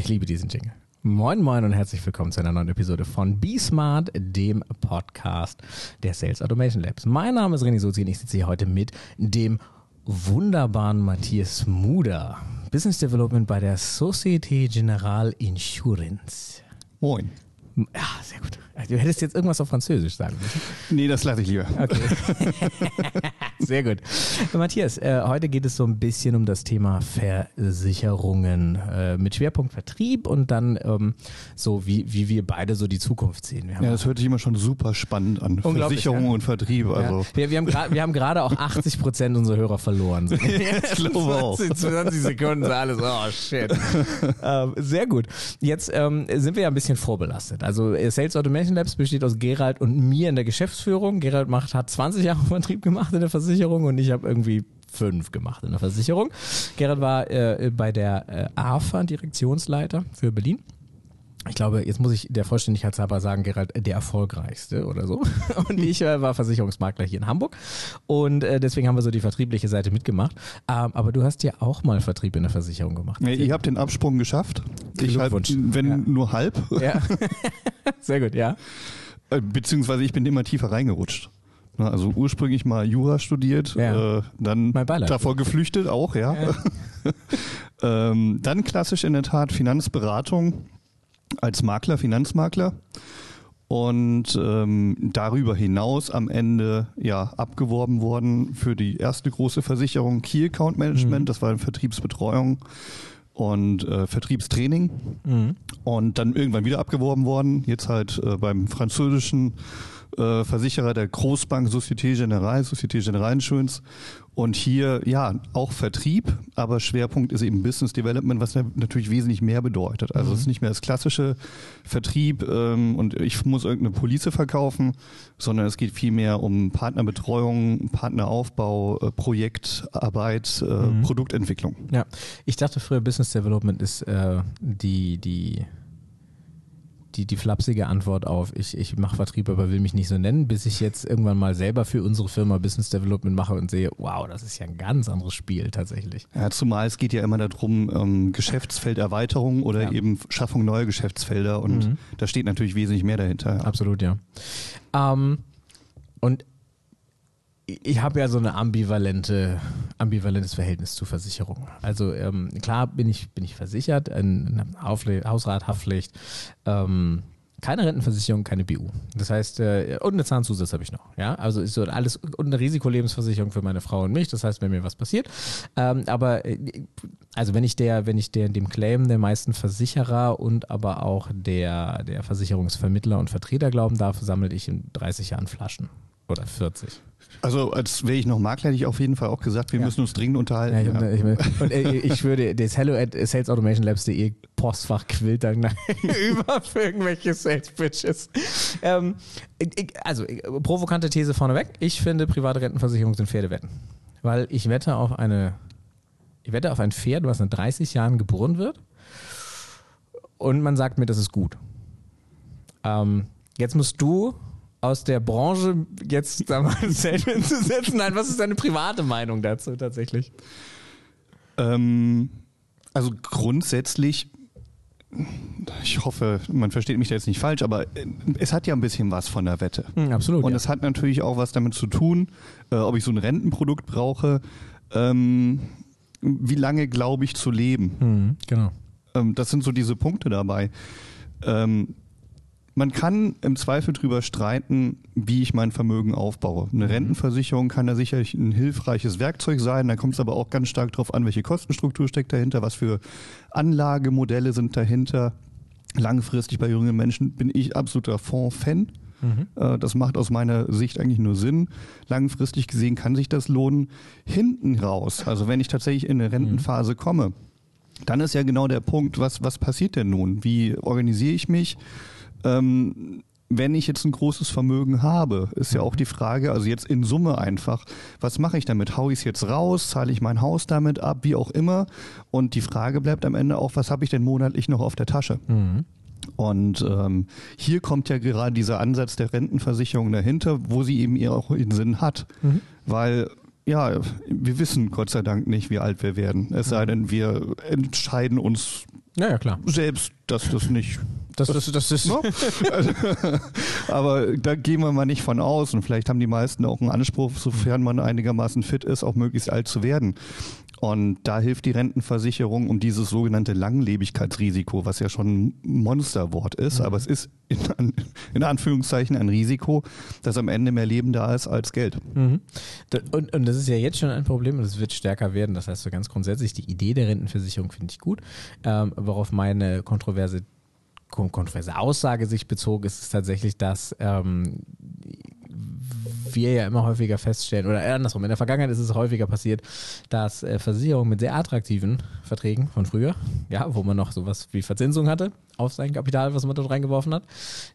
Ich liebe diesen Jingle. Moin Moin und herzlich willkommen zu einer neuen Episode von Be Smart, dem Podcast der Sales Automation Labs. Mein Name ist René Sozi und ich sitze hier heute mit dem wunderbaren Matthias Muder, Business Development bei der Société Générale Insurance. Moin. Ja, sehr gut. Du hättest jetzt irgendwas auf Französisch sagen müssen. Nee, das lasse ich lieber. Okay. Sehr gut. Matthias, heute geht es so ein bisschen um das Thema Versicherungen mit Schwerpunkt Vertrieb und dann so, wie wir beide so die Zukunft sehen. Das hört sich immer schon super spannend an. Versicherung und Vertrieb. Also. Ja. Wir haben gerade auch 80% unserer Hörer verloren. So. Ich glaube auch. 20 Sekunden so alles, oh shit. Sehr gut. Jetzt sind wir ja ein bisschen vorbelastet. Also Sales Automation Labs besteht aus Gerald und mir in der Geschäftsführung. Gerald hat 20 Jahre Vertrieb gemacht in der Versicherung und ich habe irgendwie 5 gemacht in der Versicherung. Gerald war bei der AFA Direktionsleiter für Berlin. Ich glaube, jetzt muss ich der Vollständigkeit halber sagen, Gerald, der erfolgreichste oder so. Und ich war Versicherungsmakler hier in Hamburg. Und deswegen haben wir so die vertriebliche Seite mitgemacht. Aber du hast ja auch mal Vertrieb in der Versicherung gemacht. Ja, ich habe den Absprung geschafft. Ich halt, wenn nur halb. Ja. Sehr gut, ja. Beziehungsweise ich bin immer tiefer reingerutscht. Also ursprünglich mal Jura studiert, dann davor geflüchtet auch, ja. Dann klassisch in der Tat Finanzberatung als Makler, Finanzmakler und darüber hinaus am Ende abgeworben worden für die erste große Versicherung Key Account Management, das war eine Vertriebsbetreuung und Vertriebstraining und dann irgendwann wieder abgeworben worden, jetzt halt beim französischen Versicherer der Großbank Société Générale Insurance und hier auch Vertrieb, aber Schwerpunkt ist eben Business Development, was natürlich wesentlich mehr bedeutet. Also es ist nicht mehr das klassische Vertrieb und ich muss irgendeine Police verkaufen, sondern es geht vielmehr um Partnerbetreuung, Partneraufbau, Projektarbeit, Produktentwicklung. Ja, ich dachte früher Business Development ist die flapsige Antwort auf ich mache Vertrieb, aber will mich nicht so nennen, bis ich jetzt irgendwann mal selber für unsere Firma Business Development mache und sehe, wow, das ist ja ein ganz anderes Spiel tatsächlich. Ja, zumal es geht ja immer darum, Geschäftsfelderweiterung oder eben Schaffung neuer Geschäftsfelder und da steht natürlich wesentlich mehr dahinter. Ja. Absolut, ja. Und ich habe ja so ein ambivalentes Verhältnis zu Versicherung. Also klar bin ich versichert, Hausrat, Haftpflicht, keine Rentenversicherung, keine BU. Das heißt, und eine Zahnzusatz habe ich noch. Ja, also ist so alles und eine Risikolebensversicherung für meine Frau und mich. Das heißt, wenn mir was passiert. Aber also wenn ich dem Claim der meisten Versicherer und aber auch der Versicherungsvermittler und Vertreter glauben darf, sammle ich in 30 Jahren Flaschen oder 40. Also als wäre ich noch Makler, hätte ich auf jeden Fall auch gesagt, wir müssen uns dringend unterhalten. Ich schwöre, das hello@salesautomationlabs.de Postfach quillt dann über für irgendwelche Sales Pitches. Also provokante These vorneweg. Ich finde, private Rentenversicherungen sind Pferdewetten. Weil ich wette auf ein Pferd, was in 30 Jahren geboren wird und man sagt mir, das ist gut. Jetzt musst du aus der Branche jetzt da mal ein Statement zu setzen. Nein, was ist deine private Meinung dazu tatsächlich? Also grundsätzlich, ich hoffe, man versteht mich da jetzt nicht falsch, aber es hat ja ein bisschen was von der Wette. Absolut. Und es hat natürlich auch was damit zu tun, ob ich so ein Rentenprodukt brauche, wie lange glaube ich zu leben. Genau. Das sind so diese Punkte dabei. Man kann im Zweifel drüber streiten, wie ich mein Vermögen aufbaue. Eine Rentenversicherung kann da sicherlich ein hilfreiches Werkzeug sein. Da kommt es aber auch ganz stark darauf an, welche Kostenstruktur steckt dahinter, was für Anlagemodelle sind dahinter. Langfristig bei jungen Menschen bin ich absoluter Fonds-Fan. Das macht aus meiner Sicht eigentlich nur Sinn. Langfristig gesehen kann sich das lohnen. Hinten raus, also wenn ich tatsächlich in eine Rentenphase komme, dann ist ja genau der Punkt, was passiert denn nun? Wie organisiere ich mich? Wenn ich jetzt ein großes Vermögen habe, ist ja auch die Frage, also jetzt in Summe einfach, was mache ich damit? Hau ich es jetzt raus? Zahle ich mein Haus damit ab? Wie auch immer. Und die Frage bleibt am Ende auch, was habe ich denn monatlich noch auf der Tasche? Und hier kommt ja gerade dieser Ansatz der Rentenversicherung dahinter, wo sie eben auch ihren Sinn hat. Weil wir wissen Gott sei Dank nicht, wie alt wir werden. Es sei denn, wir entscheiden uns Ja, klar. Selbst, dass das nicht... Das ist ne? Aber da gehen wir mal nicht von aus. Und vielleicht haben die meisten auch einen Anspruch, sofern man einigermaßen fit ist, auch möglichst alt zu werden. Und da hilft die Rentenversicherung, um dieses sogenannte Langlebigkeitsrisiko, was ja schon ein Monsterwort ist, aber es ist in Anführungszeichen ein Risiko, dass am Ende mehr Leben da ist als Geld. Und das ist ja jetzt schon ein Problem und es wird stärker werden. Das heißt so ganz grundsätzlich, die Idee der Rentenversicherung finde ich gut. Worauf meine kontroverse Aussage sich bezog, ist es tatsächlich, dass wir ja immer häufiger feststellen, oder andersrum, in der Vergangenheit ist es häufiger passiert, dass Versicherungen mit sehr attraktiven Verträgen von früher, ja, wo man noch sowas wie Verzinsung hatte auf sein Kapital, was man dort reingeworfen hat,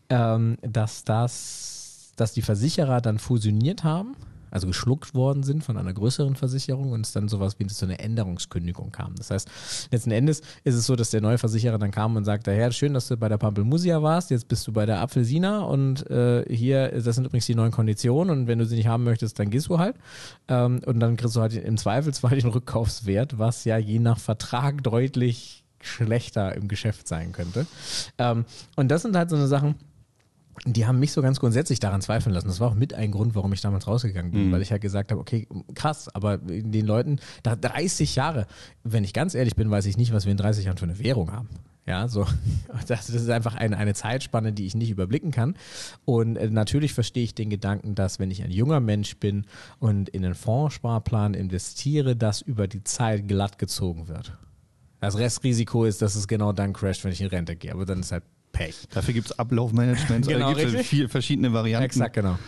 dass die Versicherer dann fusioniert haben, also geschluckt worden sind von einer größeren Versicherung und es dann sowas wie so eine Änderungskündigung kam. Das heißt, letzten Endes ist es so, dass der neue Versicherer dann kam und sagte, ja, schön, dass du bei der Pampelmusia warst, jetzt bist du bei der Apfelsina und hier, das sind übrigens die neuen Konditionen und wenn du sie nicht haben möchtest, dann gehst du halt und dann kriegst du halt im Zweifelsfall den Rückkaufswert, was ja je nach Vertrag deutlich schlechter im Geschäft sein könnte. Und das sind halt so eine Sachen, die haben mich so ganz grundsätzlich daran zweifeln lassen. Das war auch mit ein Grund, warum ich damals rausgegangen bin, weil ich halt gesagt habe, okay, krass, aber den Leuten, da 30 Jahre, wenn ich ganz ehrlich bin, weiß ich nicht, was wir in 30 Jahren für eine Währung haben. Ja, so, das ist einfach eine Zeitspanne, die ich nicht überblicken kann. Und natürlich verstehe ich den Gedanken, dass wenn ich ein junger Mensch bin und in einen Fondssparplan investiere, das über die Zeit glatt gezogen wird. Das Restrisiko ist, dass es genau dann crasht, wenn ich in Rente gehe. Aber dann ist halt Pech. Dafür gibt es Ablaufmanagement, genau, gibt es viele verschiedene Varianten. Exakt, genau.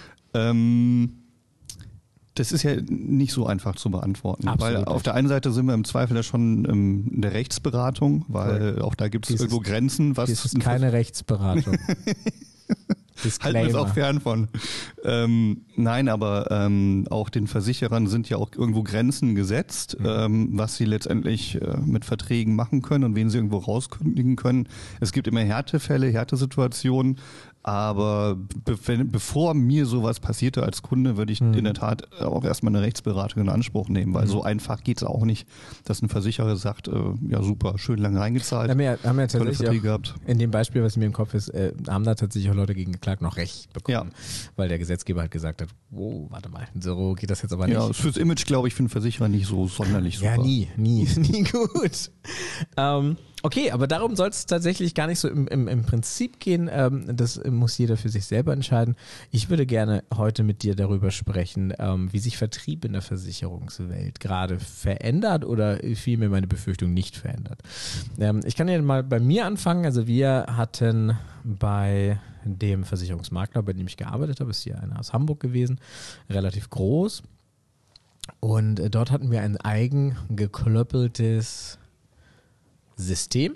Das ist ja nicht so einfach zu beantworten. Absolut weil auf der einen Seite sind wir im Zweifel ja schon in der Rechtsberatung, weil auch da gibt es irgendwo Grenzen. Das ist keine Rechtsberatung. Halten wir es auch fern von. Nein, aber auch den Versicherern sind ja auch irgendwo Grenzen gesetzt, was sie letztendlich mit Verträgen machen können und wen sie irgendwo rauskündigen können. Es gibt immer Härtefälle, Härtesituationen, aber bevor mir sowas passierte als Kunde, würde ich in der Tat auch erstmal eine Rechtsberatung in Anspruch nehmen, weil so einfach geht es auch nicht, dass ein Versicherer sagt, ja super, schön lange reingezahlt, haben wir tolle Verträge gehabt. In dem Beispiel, was mir im Kopf ist, haben da tatsächlich auch Leute gegen geklagt noch Recht bekommen, weil der Gesetzgeber halt gesagt hat, oh, warte mal, so geht das jetzt aber nicht. Ja, fürs Image, glaube ich, für einen Versicherer nicht so sonderlich super. Ja, nie gut. Okay, aber darum soll es tatsächlich gar nicht so im Prinzip gehen. Das muss jeder für sich selber entscheiden. Ich würde gerne heute mit dir darüber sprechen, wie sich Vertrieb in der Versicherungswelt gerade verändert oder vielmehr meine Befürchtung nicht verändert. Ich kann ja mal bei mir anfangen. Also wir hatten bei dem Versicherungsmakler, bei dem ich gearbeitet habe, ist hier einer aus Hamburg gewesen, relativ groß. Und dort hatten wir ein eigen geklöppeltes System,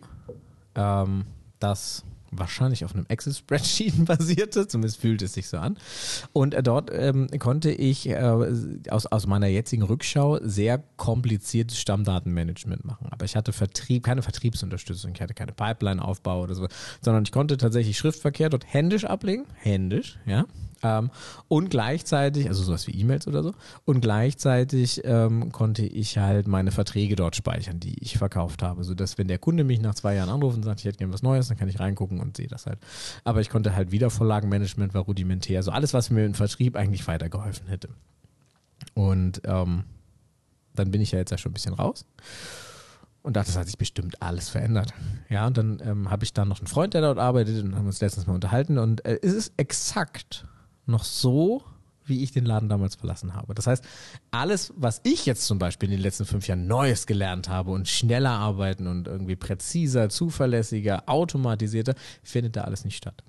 das wahrscheinlich auf einem Excel-Spreadsheet basierte, zumindest fühlt es sich so an. Und dort konnte ich aus meiner jetzigen Rückschau sehr kompliziertes Stammdatenmanagement machen. Aber ich hatte keine Vertriebsunterstützung, ich hatte keine Pipeline-Aufbau oder so, sondern ich konnte tatsächlich Schriftverkehr dort händisch ablegen, ja. Und gleichzeitig, also sowas wie E-Mails oder so, und gleichzeitig konnte ich halt meine Verträge dort speichern, die ich verkauft habe, sodass wenn der Kunde mich nach 2 Jahren anruft und sagt, ich hätte gerne was Neues, dann kann ich reingucken und sehe das halt. Aber ich konnte halt Wiedervorlagenmanagement war rudimentär, also alles, was mir im Vertrieb eigentlich weitergeholfen hätte. Und dann bin ich ja jetzt schon ein bisschen raus. Und das hat sich bestimmt alles verändert. Ja, und dann habe ich dann noch einen Freund, der dort arbeitet und haben uns letztens mal unterhalten und es ist exakt noch so, wie ich den Laden damals verlassen habe. Das heißt, alles, was ich jetzt zum Beispiel in den letzten 5 Jahren Neues gelernt habe und schneller arbeiten und irgendwie präziser, zuverlässiger, automatisierter, findet da alles nicht statt.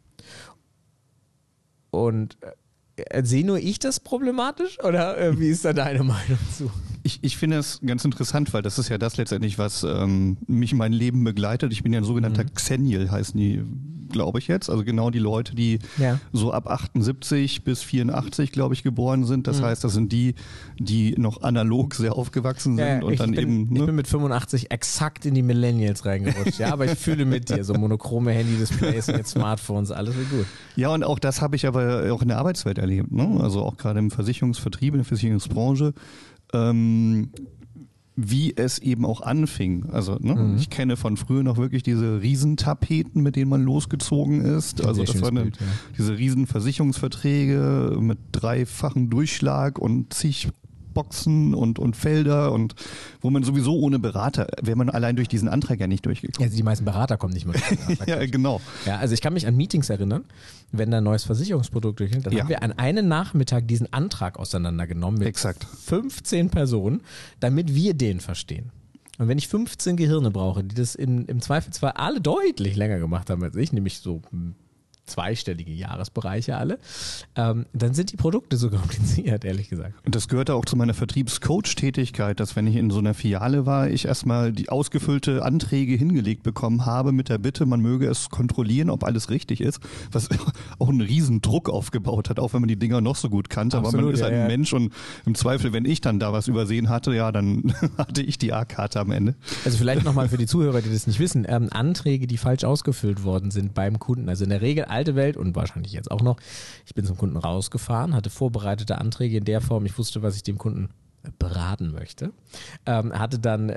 Und sehe nur ich das problematisch oder wie ist da deine Meinung zu? Ich finde es ganz interessant, weil das ist ja das letztendlich, was mich mein Leben begleitet. Ich bin ja ein sogenannter Xennial, heißen die, glaube ich jetzt. Also genau die Leute, die so ab 78 bis 84, glaube ich, geboren sind. Das heißt, das sind die noch analog sehr aufgewachsen sind. Und dann ich bin mit 85 exakt in die Millennials reingerutscht. Ja, aber ich fühle mit dir. So monochrome Handy-Displays und jetzt Smartphones, alles wird gut. Ja, und auch das habe ich aber auch in der Arbeitswelt erlebt. Ne? Also auch gerade im Versicherungsvertrieb, in der Versicherungsbranche. wie es eben auch anfing. Also ich kenne von früher noch wirklich diese Riesentapeten, mit denen man losgezogen ist. Also das waren Bild, diese riesen Versicherungsverträge mit 3-fachen Durchschlag und zig Boxen und Felder und wo man sowieso ohne Berater, wäre man allein durch diesen Antrag ja nicht durchgekommen. Also die meisten Berater kommen nicht mehr durch. Ja, genau. Ja, also ich kann mich an Meetings erinnern, wenn da ein neues Versicherungsprodukt durchgeht, dann haben wir an einem Nachmittag diesen Antrag auseinandergenommen mit 15 Personen, damit wir den verstehen. Und wenn ich 15 Gehirne brauche, die das im Zweifelsfall alle deutlich länger gemacht haben als ich, nämlich so zweistellige Jahresbereiche alle, dann sind die Produkte so kompliziert, ehrlich gesagt. Und das gehörte auch zu meiner Vertriebscoach-Tätigkeit, dass wenn ich in so einer Filiale war, ich erstmal die ausgefüllte Anträge hingelegt bekommen habe mit der Bitte, man möge es kontrollieren, ob alles richtig ist, was auch einen riesen Druck aufgebaut hat, auch wenn man die Dinger noch so gut kannte. Absolut, aber man ist ein Mensch und im Zweifel, wenn ich dann da was übersehen hatte, ja, dann hatte ich die A-Karte am Ende. Also vielleicht nochmal für die Zuhörer, die das nicht wissen, Anträge, die falsch ausgefüllt worden sind beim Kunden, also in der Regel alte Welt und wahrscheinlich jetzt auch noch. Ich bin zum Kunden rausgefahren, hatte vorbereitete Anträge in der Form, ich wusste, was ich dem Kunden beraten möchte, hatte dann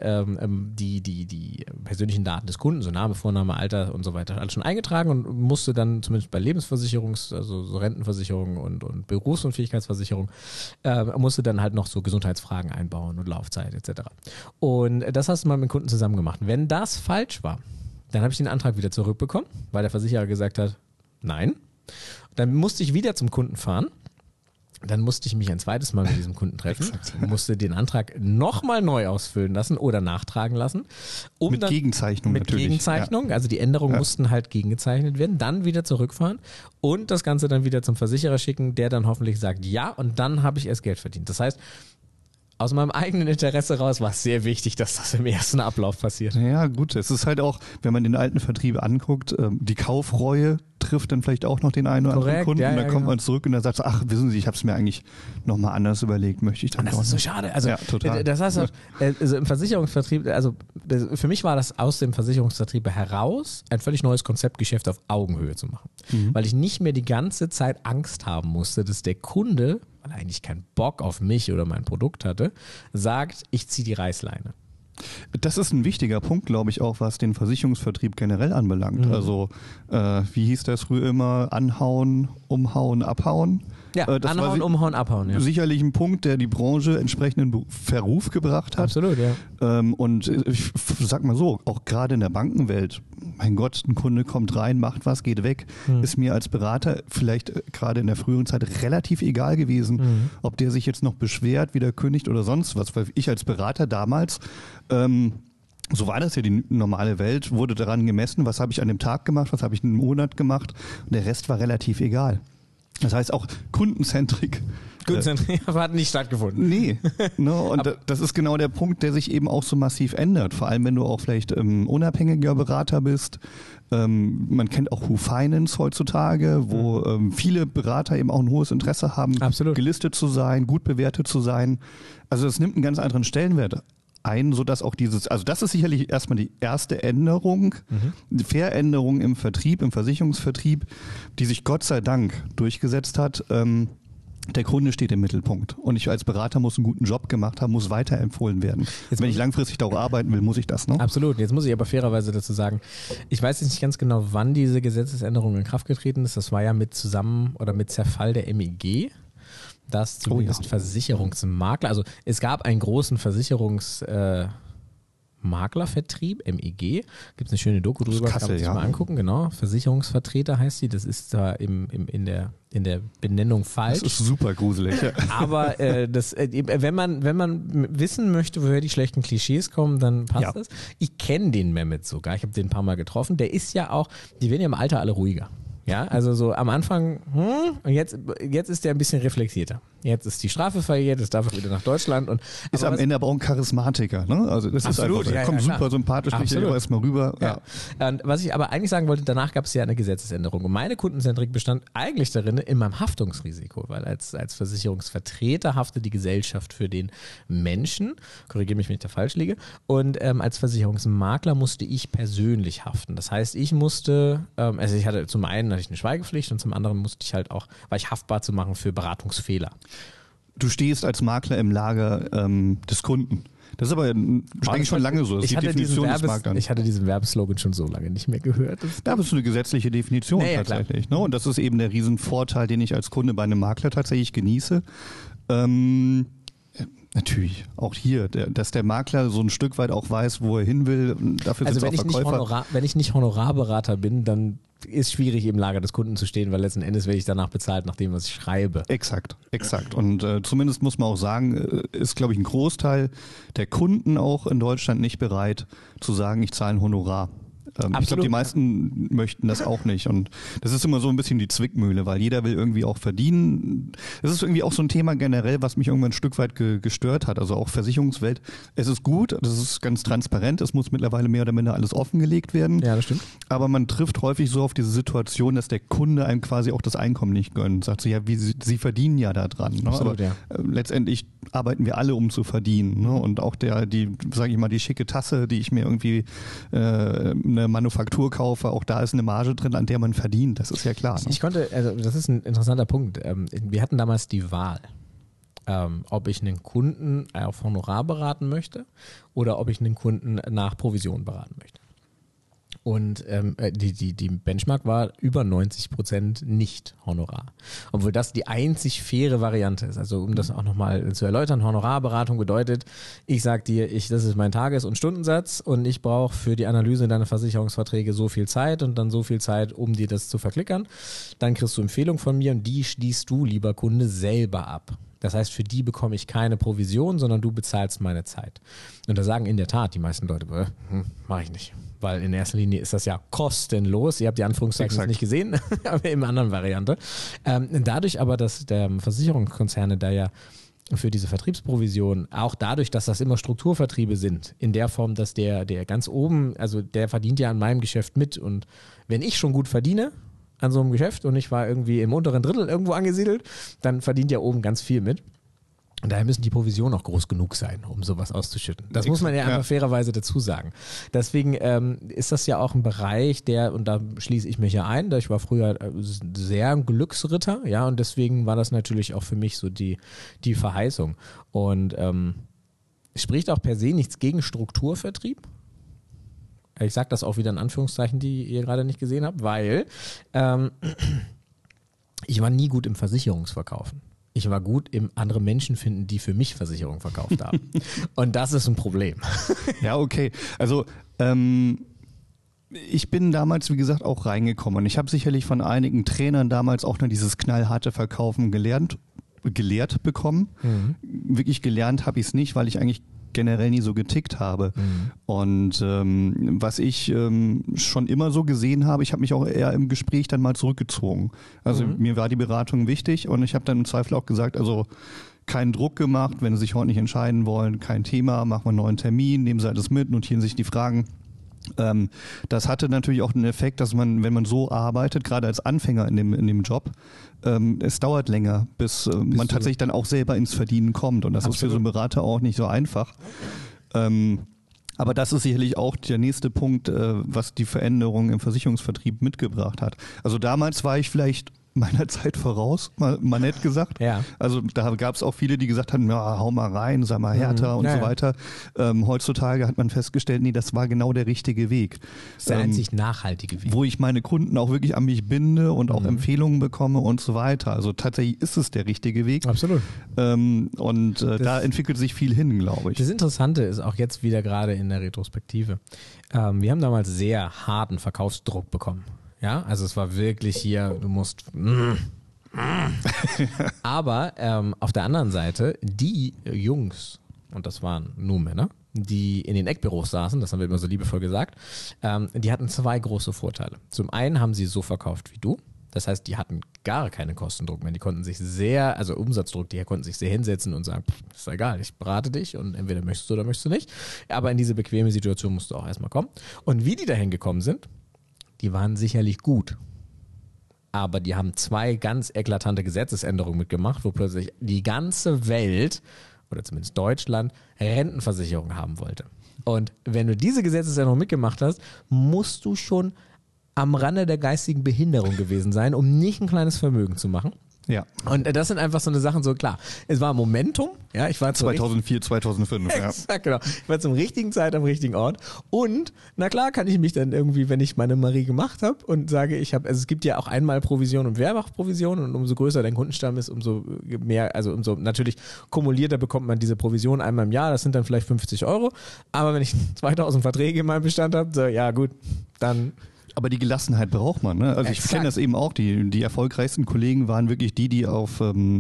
die persönlichen Daten des Kunden, so Name, Vorname, Alter und so weiter, alles schon eingetragen und musste dann zumindest bei also so Rentenversicherung und Berufsunfähigkeitsversicherung, musste dann halt noch so Gesundheitsfragen einbauen und Laufzeit etc. Und das hast du mal mit dem Kunden zusammen gemacht. Wenn das falsch war, dann habe ich den Antrag wieder zurückbekommen, weil der Versicherer gesagt hat, nein. Dann musste ich wieder zum Kunden fahren. Dann musste ich mich ein zweites Mal mit diesem Kunden treffen, musste den Antrag nochmal neu ausfüllen lassen oder nachtragen lassen. Mit Gegenzeichnung natürlich. Mit Gegenzeichnung, also die Änderungen mussten halt gegengezeichnet werden, dann wieder zurückfahren und das Ganze dann wieder zum Versicherer schicken, der dann hoffentlich sagt ja und dann habe ich erst Geld verdient. Das heißt, aus meinem eigenen Interesse raus war es sehr wichtig, dass das im ersten Ablauf passiert. Ja gut, es ist halt auch, wenn man den alten Vertrieb anguckt, die Kaufreue trifft dann vielleicht auch noch den einen oder anderen Kunden und dann kommt man zurück und dann sagt so, ach wissen Sie, ich habe es mir eigentlich nochmal anders überlegt, möchte ich dann auch. Das ist so schade. Also total. Das heißt, also im Versicherungsvertrieb, also für mich war das aus dem Versicherungsvertrieb heraus ein völlig neues Konzept, Geschäft auf Augenhöhe zu machen. Weil ich nicht mehr die ganze Zeit Angst haben musste, dass der Kunde, weil er eigentlich keinen Bock auf mich oder mein Produkt hatte, sagt, ich ziehe die Reißleine. Das ist ein wichtiger Punkt, glaube ich, auch, was den Versicherungsvertrieb generell anbelangt. Also, wie hieß das früher immer? Anhauen, umhauen, abhauen. Ja, anhauen, umhauen, abhauen. Ja. Sicherlich ein Punkt, der die Branche entsprechenden Verruf gebracht hat. Absolut, ja. Und ich sag mal so, auch gerade in der Bankenwelt, mein Gott, ein Kunde kommt rein, macht was, geht weg, ist mir als Berater vielleicht gerade in der früheren Zeit relativ egal gewesen, ob der sich jetzt noch beschwert, wieder kündigt oder sonst was, weil ich als Berater damals so war das ja, die normale Welt wurde daran gemessen, was habe ich an dem Tag gemacht, was habe ich in einem Monat gemacht und der Rest war relativ egal. Das heißt auch Kundenzentrik. Hat nicht stattgefunden. Nee. Und das ist genau der Punkt, der sich eben auch so massiv ändert. Vor allem, wenn du auch vielleicht unabhängiger Berater bist. Man kennt auch Who Finance heutzutage, wo viele Berater eben auch ein hohes Interesse haben, gelistet zu sein, gut bewertet zu sein. Also das nimmt einen ganz anderen Stellenwert ein, sodass auch also das ist sicherlich erstmal die erste Änderung, die Veränderung im Vertrieb, im Versicherungsvertrieb, die sich Gott sei Dank durchgesetzt hat. Der Kunde steht im Mittelpunkt und ich als Berater muss einen guten Job gemacht haben, muss weiterempfohlen werden. Wenn ich langfristig darauf arbeiten will, muss ich das, ne? Absolut. Jetzt muss ich aber fairerweise dazu sagen, ich weiß jetzt nicht ganz genau, wann diese Gesetzesänderung in Kraft getreten ist. Das war ja mit Zerfall der MEG. Das zumindest Versicherungsmakler, also es gab einen großen Versicherungsmaklervertrieb, MEG, gibt es eine schöne Doku drüber, kann man sich mal angucken, genau, Versicherungsvertreter heißt die, das ist da in der Benennung falsch. Das ist super gruselig. Ja. Aber wenn man wissen möchte, woher die schlechten Klischees kommen, dann passt das. Ich kenne den Mehmet sogar, ich habe den ein paar Mal getroffen, der ist ja auch, die werden ja im Alter alle ruhiger. Ja, also so am Anfang, und jetzt ist der ein bisschen reflektierter. Jetzt ist die Strafe verjährt, jetzt darf er wieder nach Deutschland. Ist am Ende aber auch ein Charismatiker, ne? Also das absolut, ist einfach, kommt super sympathisch, spricht ja erstmal rüber. Ja. Und was ich aber eigentlich sagen wollte, danach gab es ja eine Gesetzesänderung. Und meine Kundenzentrik bestand eigentlich darin, in meinem Haftungsrisiko, weil als Versicherungsvertreter haftet die Gesellschaft für den Menschen, korrigiere mich, wenn ich da falsch liege, und als Versicherungsmakler musste ich persönlich haften. Das heißt, ich musste, also ich hatte zum einen eine Schweigepflicht und zum anderen war ich haftbar zu machen für Beratungsfehler. Du stehst als Makler im Lager des Kunden. Das ist aber eigentlich schon lange so. Das ist die Definition des Maklers. Ich hatte diesen Werbeslogan schon so lange nicht mehr gehört. Da bist du eine gesetzliche Definition tatsächlich. Ne? Und das ist eben der Riesenvorteil, den ich als Kunde bei einem Makler tatsächlich genieße. Natürlich, auch hier, dass der Makler so ein Stück weit auch weiß, wo er hin will. Und dafür sind auch Verkäufer. Wenn ich nicht Honorarberater bin, dann ist schwierig im Lager des Kunden zu stehen, weil letzten Endes werde ich danach bezahlt, nach dem, was ich schreibe. Exakt. Und zumindest muss man auch sagen, ist, glaube ich, ein Großteil der Kunden auch in Deutschland nicht bereit zu sagen, ich zahle ein Honorar. Ich glaube, die meisten möchten das auch nicht. Und das ist immer so ein bisschen die Zwickmühle, weil jeder will irgendwie auch verdienen. Das ist irgendwie auch so ein Thema generell, was mich irgendwann ein Stück weit gestört hat. Also auch Versicherungswelt. Es ist gut, das ist ganz transparent. Es muss mittlerweile mehr oder minder alles offengelegt werden. Ja, das stimmt. Aber man trifft häufig so auf diese Situation, dass der Kunde einem quasi auch das Einkommen nicht gönnt. Sagt so, ja, Sie verdienen ja da dran. Ne? Absolut, aber letztendlich arbeiten wir alle, um zu verdienen. Ne? Und auch die schicke Tasse, die ich mir irgendwie eine Manufaktur kaufe, auch da ist eine Marge drin, an der man verdient, das ist ja klar. Ne? Das ist ein interessanter Punkt. Wir hatten damals die Wahl, ob ich einen Kunden auf Honorar beraten möchte oder ob ich einen Kunden nach Provision beraten möchte. Und die Benchmark war über 90% nicht Honorar. Obwohl das die einzig faire Variante ist. Also um das auch nochmal zu erläutern, Honorarberatung bedeutet, ich sag dir, das ist mein Tages- und Stundensatz und ich brauche für die Analyse deiner Versicherungsverträge so viel Zeit und dann so viel Zeit, um dir das zu verklickern. Dann kriegst du Empfehlung von mir und die schließt du, lieber Kunde, selber ab. Das heißt, für die bekomme ich keine Provision, sondern du bezahlst meine Zeit. Und da sagen in der Tat die meisten Leute, mache ich nicht. Weil in erster Linie ist das ja kostenlos. Ihr habt die Anführungszeichen jetzt nicht gesehen, aber in einer anderen Variante. Dadurch aber, dass der Versicherungskonzerne da ja für diese Vertriebsprovision, auch dadurch, dass das immer Strukturvertriebe sind, in der Form, dass der ganz oben, also der verdient ja an meinem Geschäft mit. Und wenn ich schon gut verdiene an so einem Geschäft und ich war irgendwie im unteren Drittel irgendwo angesiedelt, dann verdient ja oben ganz viel mit. Und daher müssen die Provisionen auch groß genug sein, um sowas auszuschütten. Das muss man ja einfach fairerweise dazu sagen. Deswegen ist das ja auch ein Bereich, und da schließe ich mich ja ein, ich war früher sehr ein Glücksritter, ja, und deswegen war das natürlich auch für mich so die Verheißung. Und spricht auch per se nichts gegen Strukturvertrieb. Ich sage das auch wieder in Anführungszeichen, die ihr gerade nicht gesehen habt, weil ich war nie gut im Versicherungsverkaufen. Ich war gut im andere Menschen finden, die für mich Versicherungen verkauft haben. Und das ist ein Problem. Ja, okay. Also ich bin damals, wie gesagt, auch reingekommen. Und ich habe sicherlich von einigen Trainern damals auch noch dieses knallharte Verkaufen gelehrt bekommen. Mhm. Wirklich gelernt habe ich es nicht, weil ich eigentlich generell nie so getickt habe. Mhm. Und was ich schon immer so gesehen habe, ich habe mich auch eher im Gespräch dann mal zurückgezogen. Also mir war die Beratung wichtig und ich habe dann im Zweifel auch gesagt, also keinen Druck gemacht, wenn Sie sich heute nicht entscheiden wollen, kein Thema, machen wir einen neuen Termin, nehmen Sie alles mit, notieren sich die Fragen. Das hatte natürlich auch den Effekt, dass man, wenn man so arbeitet, gerade als Anfänger in dem Job, es dauert länger, bis man tatsächlich dann auch selber ins Verdienen kommt. Und das ist für so einen Berater auch nicht so einfach. Aber das ist sicherlich auch der nächste Punkt, was die Veränderung im Versicherungsvertrieb mitgebracht hat. Also damals war ich vielleicht meiner Zeit voraus, mal nett gesagt. Ja. Also da gab es auch viele, die gesagt haben, ja, hau mal rein, sei mal härter und so weiter. Heutzutage hat man festgestellt, nee, das war genau der richtige Weg. Das ist der einzig nachhaltige Weg. Wo ich meine Kunden auch wirklich an mich binde und auch Empfehlungen bekomme und so weiter. Also tatsächlich ist es der richtige Weg. Absolut. Da entwickelt sich viel hin, glaube ich. Das Interessante ist auch jetzt wieder gerade in der Retrospektive. Wir haben damals sehr harten Verkaufsdruck bekommen. Ja, also es war wirklich hier, du musst. Aber auf der anderen Seite, die Jungs, und das waren nur Männer, die in den Eckbüros saßen, das haben wir immer so liebevoll gesagt, die hatten zwei große Vorteile. Zum einen haben sie so verkauft wie du. Das heißt, die hatten gar keinen Kostendruck mehr. Die konnten sich Umsatzdruck, die konnten sich sehr hinsetzen und sagen, ist egal, ich berate dich und entweder möchtest du oder möchtest du nicht. Aber in diese bequeme Situation musst du auch erstmal kommen. Und wie die dahin gekommen sind, die waren sicherlich gut. Aber die haben zwei ganz eklatante Gesetzesänderungen mitgemacht, wo plötzlich die ganze Welt, oder zumindest Deutschland, Rentenversicherung haben wollte. Und wenn du diese Gesetzesänderung mitgemacht hast, musst du schon am Rande der geistigen Behinderung gewesen sein, um nicht ein kleines Vermögen zu machen. Ja. Und das sind einfach so eine Sachen, so klar, es war Momentum, ja, ich war 2004, 2005, ja. Exakt, genau. Ich war zum richtigen Zeit am richtigen Ort und na klar kann ich mich dann irgendwie, wenn ich meine Marie gemacht habe und sage, also es gibt ja auch einmal Provision und Mehrfachprovision und umso größer dein Kundenstamm ist, umso mehr, also umso natürlich kumulierter bekommt man diese Provision einmal im Jahr, das sind dann vielleicht 50 €, aber wenn ich 2000 Verträge in meinem Bestand habe, so, ja gut, dann... Aber die Gelassenheit braucht man. Ne? Also ich kenne das eben auch. Die erfolgreichsten Kollegen waren wirklich die auf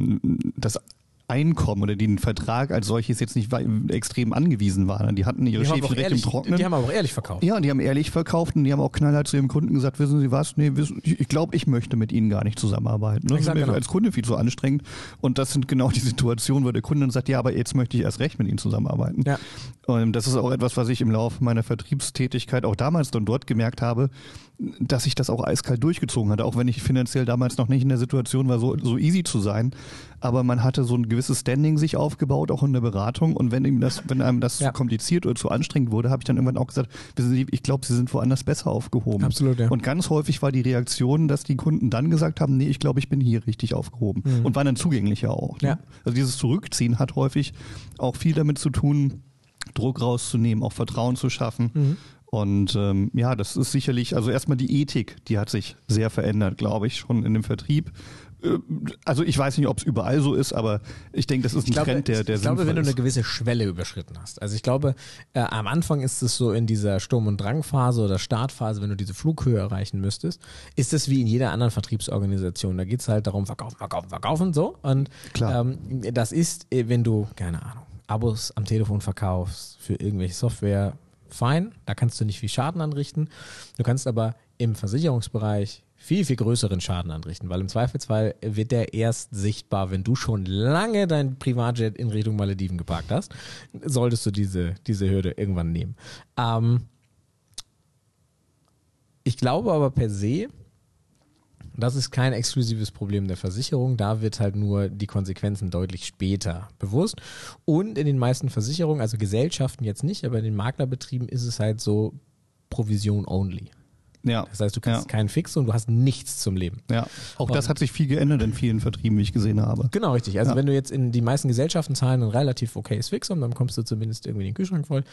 das Einkommen oder den Vertrag als solches jetzt nicht extrem angewiesen waren. Die hatten ihre Schäfchen recht im Trocknen. Die haben aber auch ehrlich verkauft. Ja, die haben ehrlich verkauft und die haben auch knallhart zu ihrem Kunden gesagt, wissen Sie was, nee, ich glaube, ich möchte mit Ihnen gar nicht zusammenarbeiten. Das ist mir als Kunde viel zu anstrengend und das sind genau die Situationen, wo der Kunde dann sagt, ja, aber jetzt möchte ich erst recht mit Ihnen zusammenarbeiten. Ja. Und das ist auch etwas, was ich im Laufe meiner Vertriebstätigkeit auch damals dann dort gemerkt habe, dass ich das auch eiskalt durchgezogen hatte, auch wenn ich finanziell damals noch nicht in der Situation war, so easy zu sein. Aber man hatte so ein gewisses Standing sich aufgebaut, auch in der Beratung. Und wenn einem das zu kompliziert oder zu anstrengend wurde, habe ich dann irgendwann auch gesagt, wissen Sie, ich glaube, Sie sind woanders besser aufgehoben. Absolut, ja. Und ganz häufig war die Reaktion, dass die Kunden dann gesagt haben, nee, ich glaube, ich bin hier richtig aufgehoben. Und waren dann zugänglicher auch. Ne? Ja. Also dieses Zurückziehen hat häufig auch viel damit zu tun, Druck rauszunehmen, auch Vertrauen zu schaffen. Und das ist sicherlich, also erstmal die Ethik, die hat sich sehr verändert, glaube ich, schon in dem Vertrieb. Also ich weiß nicht, ob es überall so ist, aber ich denke, das ist ein Trend, der Ich glaube, wenn du eine gewisse Schwelle überschritten hast. Also ich glaube, am Anfang ist es so in dieser Sturm- und Drangphase oder Startphase, wenn du diese Flughöhe erreichen müsstest, ist es wie in jeder anderen Vertriebsorganisation. Da geht es halt darum, verkaufen, so. Und das ist, wenn du, keine Ahnung, Abos am Telefon verkaufst für irgendwelche Software, fein, da kannst du nicht viel Schaden anrichten. Du kannst aber im Versicherungsbereich viel, viel größeren Schaden anrichten, weil im Zweifelsfall wird der erst sichtbar, wenn du schon lange dein Privatjet in Richtung Malediven geparkt hast, solltest du diese Hürde irgendwann nehmen. Ich glaube aber per se, das ist kein exklusives Problem der Versicherung, da wird halt nur die Konsequenzen deutlich später bewusst. Und in den meisten Versicherungen, also Gesellschaften jetzt nicht, aber in den Maklerbetrieben ist es halt so Provision only. Ja. Das heißt, du kriegst keinen Fix und du hast nichts zum Leben. Ja, auch das hat sich viel geändert in vielen Vertrieben, wie ich gesehen habe. Genau, richtig. Also wenn du jetzt in die meisten Gesellschaften zahlen ein relativ okayes Fixum, dann kommst du zumindest irgendwie den Kühlschrank voll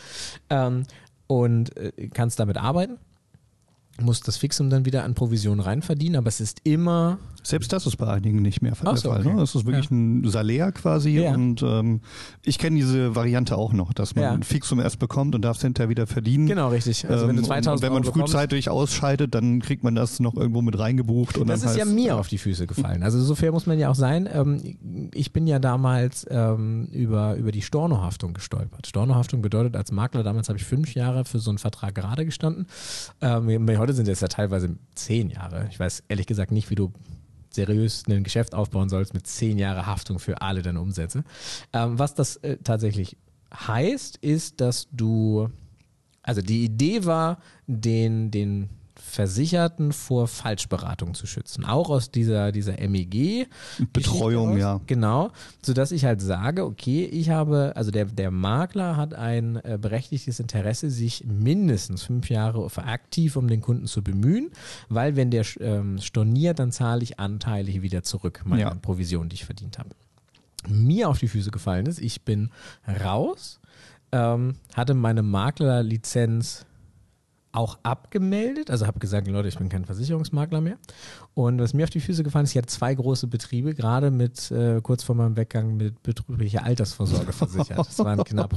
und kannst damit arbeiten. Musst das Fixum dann wieder an Provision rein verdienen, aber es ist immer... Selbst das ist bei einigen nicht mehr der Fall. Okay. Ne? Das ist wirklich ein Salär quasi und ich kenne diese Variante auch noch, dass man ein Fixum erst bekommt und darf es hinterher wieder verdienen. Genau, richtig. Also wenn du 2000 wenn man frühzeitig ausscheidet, dann kriegt man das noch irgendwo mit reingebucht. Und das dann ist ja mir auf die Füße gefallen. Also so fair muss man ja auch sein. Ich bin ja damals über die Stornohaftung gestolpert. Stornohaftung bedeutet, als Makler damals habe ich 5 Jahre für so einen Vertrag gerade gestanden. Heute sind es ja teilweise 10 Jahre. Ich weiß ehrlich gesagt nicht, wie du seriös ein Geschäft aufbauen sollst mit 10 Jahre Haftung für alle deine Umsätze. Was das tatsächlich heißt, ist, dass also die Idee war, den Versicherten vor Falschberatung zu schützen. Auch aus dieser MEG. Betreuung, ja. Genau. Sodass ich halt sage, okay, also der Makler hat ein berechtigtes Interesse, sich mindestens 5 Jahre aktiv um den Kunden zu bemühen, weil wenn der storniert, dann zahle ich anteilig wieder zurück, meine Provision, die ich verdient habe. Mir auf die Füße gefallen ist, ich bin raus, hatte meine Maklerlizenz auch abgemeldet, also habe gesagt, Leute, ich bin kein Versicherungsmakler mehr. Und was mir auf die Füße gefallen ist, ich hatte 2 große Betriebe, gerade mit kurz vor meinem Weggang mit betrieblicher Altersvorsorge versichert. Das waren knapp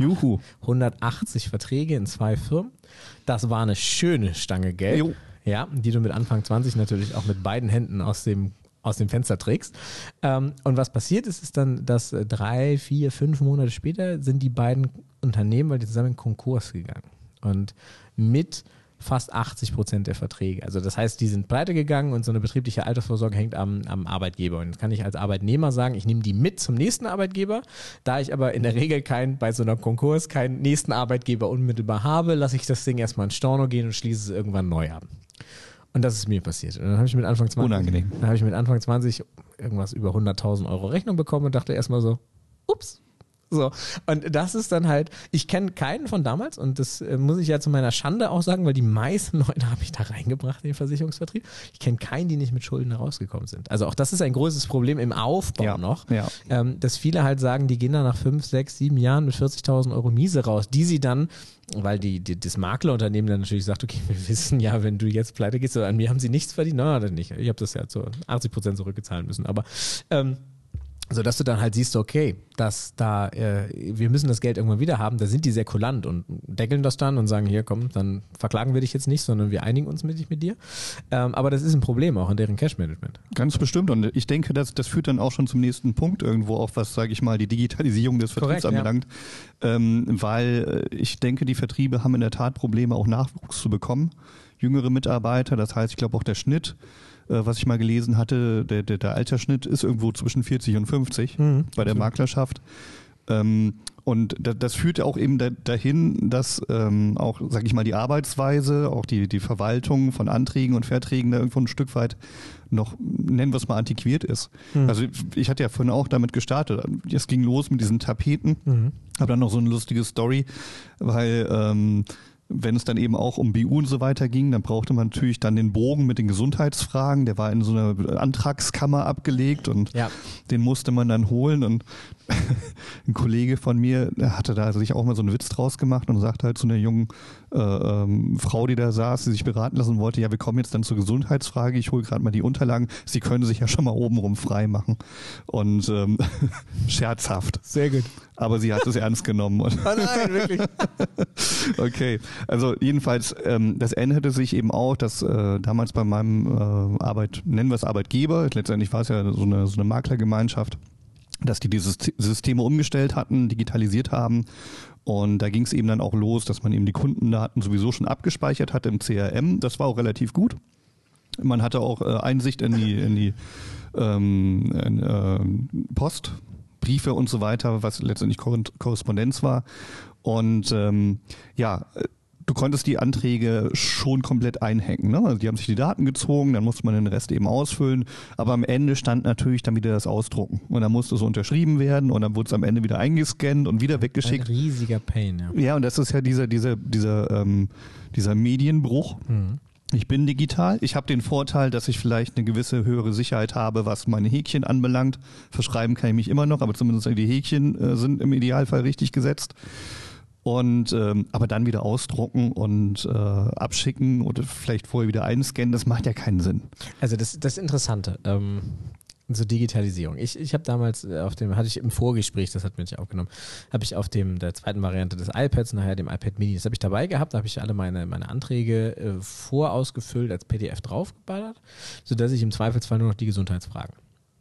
180 Verträge in 2 Firmen. Das war eine schöne Stange Geld, die du mit Anfang 20 natürlich auch mit beiden Händen aus dem Fenster trägst. Und was passiert ist dann, dass 3, 4, 5 Monate später sind die beiden Unternehmen, weil die zusammen in Konkurs gegangen. Und mit fast 80% der Verträge. Also das heißt, die sind pleite gegangen und so eine betriebliche Altersvorsorge hängt am Arbeitgeber. Und jetzt kann ich als Arbeitnehmer sagen, ich nehme die mit zum nächsten Arbeitgeber. Da ich aber in der Regel bei so einer Konkurs keinen nächsten Arbeitgeber unmittelbar habe, lasse ich das Ding erstmal in Storno gehen und schließe es irgendwann neu ab. Und das ist mir passiert. Und dann habe ich mit Anfang 20 irgendwas über 100.000 € Rechnung bekommen und dachte erstmal so, ups. So. Und das ist dann halt, ich kenne keinen von damals und das muss ich ja zu meiner Schande auch sagen, weil die meisten Leute habe ich da reingebracht in den Versicherungsvertrieb. Ich kenne keinen, die nicht mit Schulden herausgekommen sind. Also auch das ist ein großes Problem im Aufbau noch, dass viele halt sagen, die gehen dann nach 5, 6, 7 Jahren mit 40.000 Euro Miese raus, die sie dann, weil das Maklerunternehmen dann natürlich sagt, okay, wir wissen ja, wenn du jetzt pleite gehst, an mir haben sie nichts verdient, na, dann nicht. Ich habe das ja zu 80% zurückgezahlen müssen, aber so dass du dann halt siehst, okay, dass da wir müssen das Geld irgendwann wieder haben, da sind die sehr kulant und deckeln das dann und sagen, hier komm, dann verklagen wir dich jetzt nicht, sondern wir einigen uns mit dir. Aber das ist ein Problem auch in deren Cash-Management. Ganz bestimmt und ich denke, das führt dann auch schon zum nächsten Punkt irgendwo, auch was, sage ich mal, die Digitalisierung des Vertriebs anbelangt, weil ich denke, die Vertriebe haben in der Tat Probleme, auch Nachwuchs zu bekommen, jüngere Mitarbeiter, das heißt, ich glaube auch der Schnitt, was ich mal gelesen hatte, der Altersschnitt ist irgendwo zwischen 40 und 50 bei der Maklerschaft. Und das führt ja auch eben dahin, dass auch, sag ich mal, die Arbeitsweise, auch die Verwaltung von Anträgen und Verträgen da irgendwo ein Stück weit noch, nennen wir es mal, antiquiert ist. Also ich hatte ja vorhin auch damit gestartet. Es ging los mit diesen Tapeten. Habe dann noch so eine lustige Story, weil wenn es dann eben auch um BU und so weiter ging, dann brauchte man natürlich dann den Bogen mit den Gesundheitsfragen. Der war in so einer Antragskammer abgelegt und den musste man dann holen. Und ein Kollege von mir, der hatte da sich auch mal so einen Witz draus gemacht und sagte halt zu einer jungen Frau, die da saß, die sich beraten lassen wollte, ja, wir kommen jetzt dann zur Gesundheitsfrage, ich hole gerade mal die Unterlagen, Sie können sich ja schon mal obenrum frei machen. Und scherzhaft. Sehr gut. Aber sie hat es ernst genommen. Oh nein, wirklich? Okay, also jedenfalls, das änderte sich eben auch, dass damals bei meinem nennen wir es Arbeitgeber, letztendlich war es ja so eine Maklergemeinschaft, dass die diese Systeme umgestellt hatten, digitalisiert haben. Und da ging es eben dann auch los, dass man eben die Kundendaten sowieso schon abgespeichert hat im CRM. Das war auch relativ gut. Man hatte auch Einsicht in die Post, Briefe und so weiter, was letztendlich Korrespondenz war. Und du konntest die Anträge schon komplett einhacken. Ne? Also die haben sich die Daten gezogen, dann musste man den Rest eben ausfüllen. Aber am Ende stand natürlich dann wieder das Ausdrucken. Und dann musste es unterschrieben werden und dann wurde es am Ende wieder eingescannt und wieder weggeschickt. Ein riesiger Pain, ja. Ja, und das ist ja dieser Medienbruch. Ich bin digital. Ich habe den Vorteil, dass ich vielleicht eine gewisse höhere Sicherheit habe, was meine Häkchen anbelangt. Verschreiben kann ich mich immer noch, aber zumindest die Häkchen sind im Idealfall richtig gesetzt. Und aber dann wieder ausdrucken und abschicken oder vielleicht vorher wieder einscannen, das macht ja keinen Sinn. Also das Interessante, so Digitalisierung. Ich habe damals hatte ich im Vorgespräch, das hat mir nicht aufgenommen, habe ich auf der zweiten Variante des iPads, nachher dem iPad Mini, das habe ich dabei gehabt, da habe ich alle meine Anträge vorausgefüllt als PDF draufgeballert, sodass ich im Zweifelsfall nur noch die Gesundheitsfragen.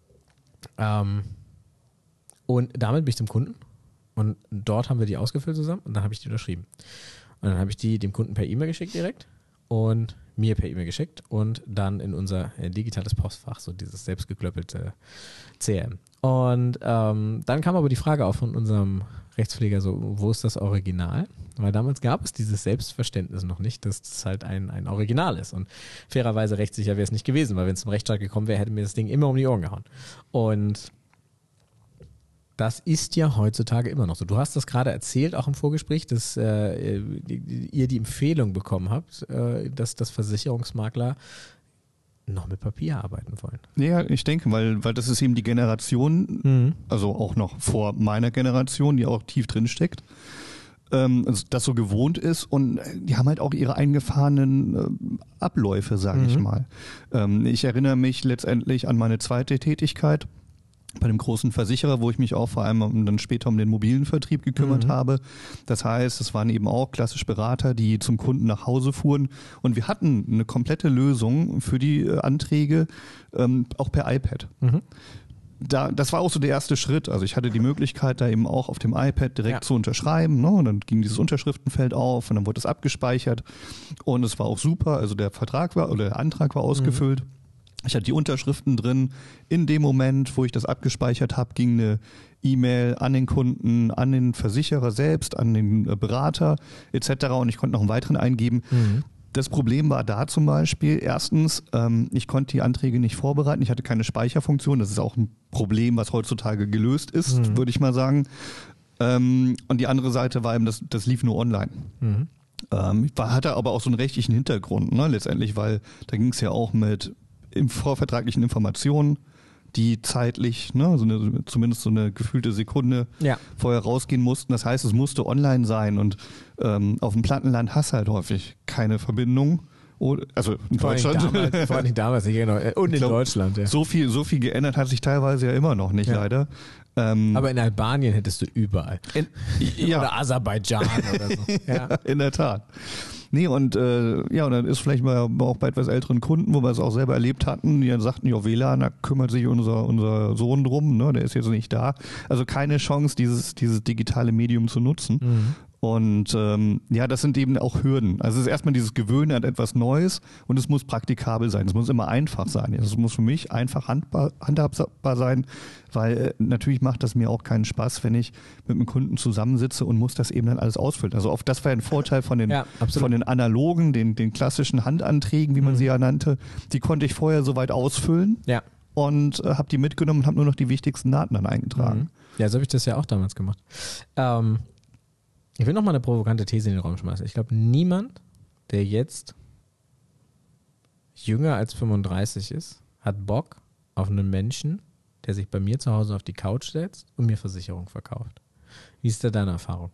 Und damit bin ich zum Kunden. Und dort haben wir die ausgefüllt zusammen und dann habe ich die unterschrieben. Und dann habe ich die dem Kunden per E-Mail geschickt direkt und mir per E-Mail geschickt und dann in unser digitales Postfach, so dieses selbstgeklöppelte CRM. Und dann kam aber die Frage auf von unserem Rechtspfleger, so, wo ist das Original? Weil damals gab es dieses Selbstverständnis noch nicht, dass es halt ein Original ist. Und fairerweise rechtssicher wäre es nicht gewesen, weil wenn es zum Rechtsstaat gekommen wäre, hätte mir das Ding immer um die Ohren gehauen. Und das ist ja heutzutage immer noch so. Du hast das gerade erzählt, auch im Vorgespräch, dass ihr die Empfehlung bekommen habt, dass das Versicherungsmakler noch mit Papier arbeiten wollen. Ja, ich denke, weil das ist eben die Generation, also auch noch vor meiner Generation, die auch tief drin steckt, das so gewohnt ist und die haben halt auch ihre eingefahrenen Abläufe, sage ich mal. Ich erinnere mich letztendlich an meine zweite Tätigkeit bei einem großen Versicherer, wo ich mich auch vor allem dann später um den mobilen Vertrieb gekümmert habe. Das heißt, es waren eben auch klassisch Berater, die zum Kunden nach Hause fuhren und wir hatten eine komplette Lösung für die Anträge, auch per iPad. Das war auch so der erste Schritt. Also ich hatte die Möglichkeit, da eben auch auf dem iPad direkt zu unterschreiben. Ne? Und dann ging dieses Unterschriftenfeld auf und dann wurde es abgespeichert und es war auch super. Also der Antrag war ausgefüllt. Ich hatte die Unterschriften drin. In dem Moment, wo ich das abgespeichert habe, ging eine E-Mail an den Kunden, an den Versicherer selbst, an den Berater etc. Und ich konnte noch einen weiteren eingeben. Das Problem war da zum Beispiel, erstens, ich konnte die Anträge nicht vorbereiten. Ich hatte keine Speicherfunktion. Das ist auch ein Problem, was heutzutage gelöst ist, würde ich mal sagen. Und die andere Seite war eben, das lief nur online. Hatte aber auch so einen rechtlichen Hintergrund, ne, letztendlich, weil da ging es ja auch mit vorvertraglichen Informationen, die zeitlich, ne, zumindest so eine gefühlte Sekunde vorher rausgehen mussten. Das heißt, es musste online sein und auf dem Plattenland hast du halt häufig keine Verbindung. Also in Deutschland. Vor allem damals, genau. Und in Deutschland, ja. So viel geändert hat sich teilweise ja immer noch nicht, leider. Aber in Albanien hättest du überall. Oder Aserbaidschan oder so. Ja. In der Tat. Nee, und und dann ist vielleicht mal auch bei etwas älteren Kunden, wo wir es auch selber erlebt hatten, die dann sagten, ja, WLAN, da kümmert sich unser Sohn drum, ne, der ist jetzt nicht da. Also keine Chance, dieses digitale Medium zu nutzen. Und das sind eben auch Hürden. Also es ist erstmal dieses Gewöhnen an etwas Neues und es muss praktikabel sein. Es muss immer einfach sein. Es muss für mich einfach handhabbar sein, weil natürlich macht das mir auch keinen Spaß, wenn ich mit einem Kunden zusammensitze und muss das eben dann alles ausfüllen. Also oft das war ein Vorteil von den analogen, den klassischen Handanträgen, wie man sie ja nannte. Die konnte ich vorher soweit ausfüllen und habe die mitgenommen und habe nur noch die wichtigsten Daten dann eingetragen. Ja, so habe ich das ja auch damals gemacht. Ich will noch mal eine provokante These in den Raum schmeißen. Ich glaube, niemand, der jetzt jünger als 35 ist, hat Bock auf einen Menschen, der sich bei mir zu Hause auf die Couch setzt und mir Versicherung verkauft. Wie ist da deine Erfahrung?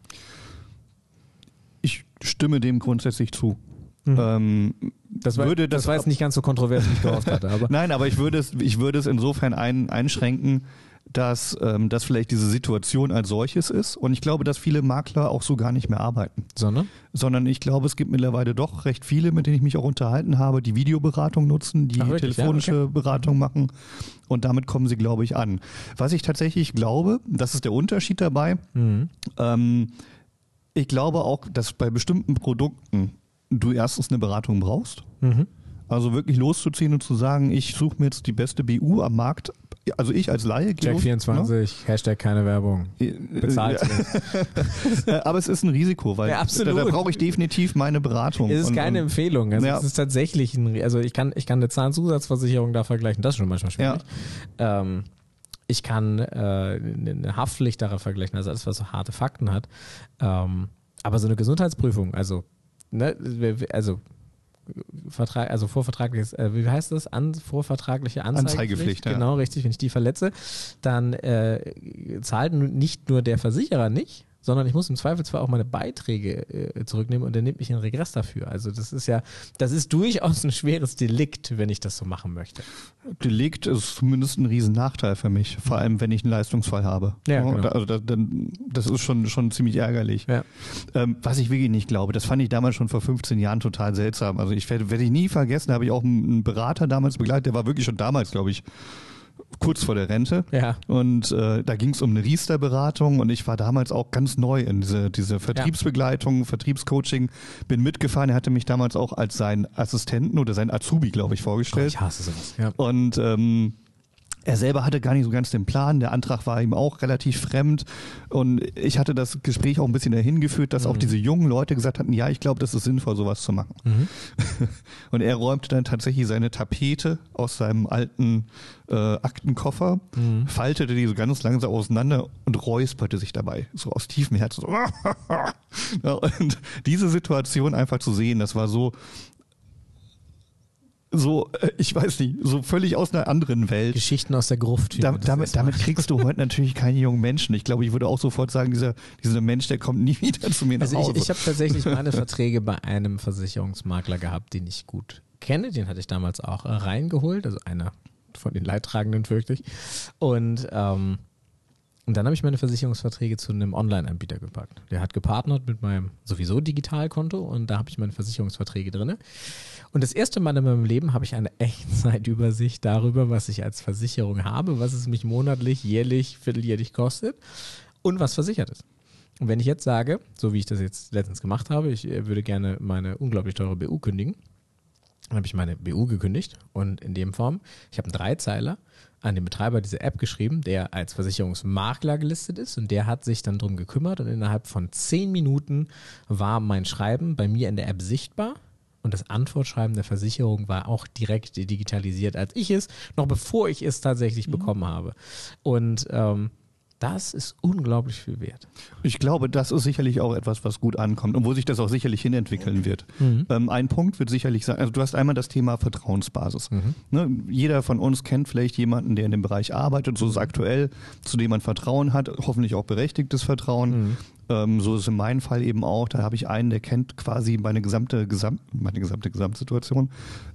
Ich stimme dem grundsätzlich zu. Das war jetzt nicht ganz so kontrovers, wie ich gehofft hatte. Aber Nein, aber ich würde es insofern einschränken, dass das vielleicht diese Situation als solches ist. Und ich glaube, dass viele Makler auch so gar nicht mehr arbeiten. Sondern ich glaube, es gibt mittlerweile doch recht viele, mit denen ich mich auch unterhalten habe, die Videoberatung nutzen, die telefonische Beratung machen. Und damit kommen sie, glaube ich, an. Was ich tatsächlich glaube, das ist der Unterschied dabei. Ich glaube auch, dass bei bestimmten Produkten du erstens eine Beratung brauchst. Also wirklich loszuziehen und zu sagen, ich suche mir jetzt die beste BU am Markt. Also ich als Laie. Check24, Hashtag keine Werbung. Bezahlt. Aber es ist ein Risiko, weil da brauche ich definitiv meine Beratung. Es ist keine Empfehlung. Also es ist tatsächlich ich kann eine Zahnzusatzversicherung da vergleichen. Das ist schon manchmal schwierig. Ich kann eine Haftpflicht daran vergleichen, also alles, was so harte Fakten hat. Aber so eine Gesundheitsprüfung, vorvertragliches, wie heißt das? Vorvertragliche Anzeigepflicht. Genau, richtig. Wenn ich die verletze, dann zahlt nicht nur der Versicherer nicht, sondern ich muss im Zweifelsfall auch meine Beiträge zurücknehmen und der nimmt mich in Regress dafür. Also das ist durchaus ein schweres Delikt, wenn ich das so machen möchte. Delikt ist zumindest ein Riesennachteil für mich, vor allem wenn ich einen Leistungsfall habe. Ja, genau. Also das ist schon ziemlich ärgerlich. Ja. Was ich wirklich nicht glaube, das fand ich damals schon vor 15 Jahren total seltsam. Also werde ich nie vergessen, da habe ich auch einen Berater damals begleitet, der war wirklich schon damals, glaube ich, kurz vor der Rente. Ja. Und da ging es um eine Riester-Beratung und ich war damals auch ganz neu in diese Vertriebsbegleitung, Vertriebscoaching, bin mitgefahren. Er hatte mich damals auch als seinen Assistenten oder seinen Azubi, glaube ich, vorgestellt. Ich hasse sowas. Ja. Und er selber hatte gar nicht so ganz den Plan. Der Antrag war ihm auch relativ fremd. Und ich hatte das Gespräch auch ein bisschen dahin geführt, dass auch diese jungen Leute gesagt hatten, ja, ich glaube, das ist sinnvoll, sowas zu machen. Und er räumte dann tatsächlich seine Tapete aus seinem alten Aktenkoffer, faltete die so ganz langsam auseinander und räusperte sich dabei, so aus tiefem Herzen. So. Ja, und diese Situation einfach zu sehen, das war so, ich weiß nicht, so völlig aus einer anderen Welt. Geschichten aus der Gruft. Damit kriegst du heute natürlich keine jungen Menschen. Ich glaube, ich würde auch sofort sagen, dieser Mensch, der kommt nie wieder zu mir nach Hause. Ich habe tatsächlich meine Verträge bei einem Versicherungsmakler gehabt, den ich gut kenne. Den hatte ich damals auch reingeholt, also einer von den Leidtragenden, fürchte ich. Und dann habe ich meine Versicherungsverträge zu einem Online-Anbieter gepackt. Der hat gepartnert mit meinem sowieso Digitalkonto und da habe ich meine Versicherungsverträge drin. Und das erste Mal in meinem Leben habe ich eine Echtzeitübersicht darüber, was ich als Versicherung habe, was es mich monatlich, jährlich, vierteljährlich kostet und was versichert ist. Und wenn ich jetzt sage, so wie ich das jetzt letztens gemacht habe, ich würde gerne meine unglaublich teure BU kündigen, dann habe ich meine BU gekündigt und in dem Form, ich habe einen Dreizeiler an den Betreiber dieser App geschrieben, der als Versicherungsmakler gelistet ist und der hat sich dann drum gekümmert und innerhalb von 10 Minuten war mein Schreiben bei mir in der App sichtbar und das Antwortschreiben der Versicherung war auch direkt digitalisiert, als ich es, noch bevor ich es tatsächlich bekommen habe. Und Das ist unglaublich viel wert. Ich glaube, das ist sicherlich auch etwas, was gut ankommt und wo sich das auch sicherlich hinentwickeln wird. Ein Punkt wird sicherlich sein, also du hast einmal das Thema Vertrauensbasis. Ne, jeder von uns kennt vielleicht jemanden, der in dem Bereich arbeitet, so ist es aktuell, zu dem man Vertrauen hat, hoffentlich auch berechtigtes Vertrauen. So ist es in meinem Fall eben auch. Da habe ich einen, der kennt quasi meine gesamte Gesamtsituation.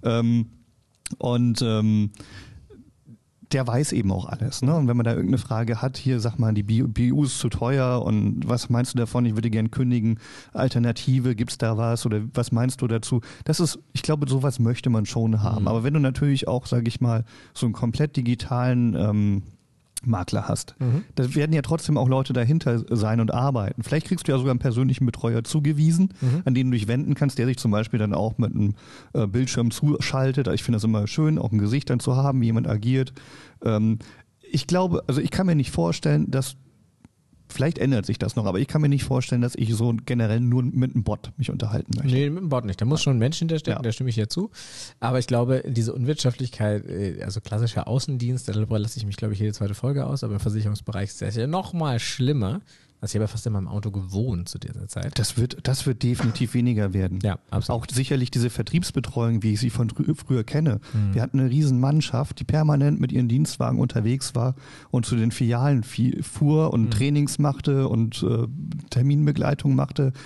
Der weiß eben auch alles. Ne? Und wenn man da irgendeine Frage hat, hier sag mal, die BU ist zu teuer und was meinst du davon? Ich würde gern kündigen. Alternative, gibt's da was? Oder was meinst du dazu? Das ist, ich glaube, sowas möchte man schon haben. Aber wenn du natürlich auch, sage ich mal, so einen komplett digitalen Makler hast. Da werden ja trotzdem auch Leute dahinter sein und arbeiten. Vielleicht kriegst du ja sogar einen persönlichen Betreuer zugewiesen, an den du dich wenden kannst, der sich zum Beispiel dann auch mit einem Bildschirm zuschaltet. Ich finde das immer schön, auch ein Gesicht dann zu haben, wie jemand agiert. Ich glaube, also ich kann mir nicht vorstellen, dass vielleicht ändert sich das noch, aber ich kann mir nicht vorstellen, dass ich so generell nur mit einem Bot mich unterhalten möchte. Nee, mit dem Bot nicht. Da muss schon ein Mensch hinterstecken, da stimme ich ja zu. Aber ich glaube, diese Unwirtschaftlichkeit, also klassischer Außendienst, darüber lasse ich mich, glaube ich, jede zweite Folge aus, aber im Versicherungsbereich ist das ja noch mal schlimmer. Also ich habe ja fast in meinem Auto gewohnt zu dieser Zeit. Das wird definitiv weniger werden. Ja, absolut. Auch sicherlich diese Vertriebsbetreuung, wie ich sie von früher kenne. Wir hatten eine riesen Mannschaft, die permanent mit ihren Dienstwagen unterwegs war und zu den Filialen fuhr und Trainings machte und Terminbegleitung machte.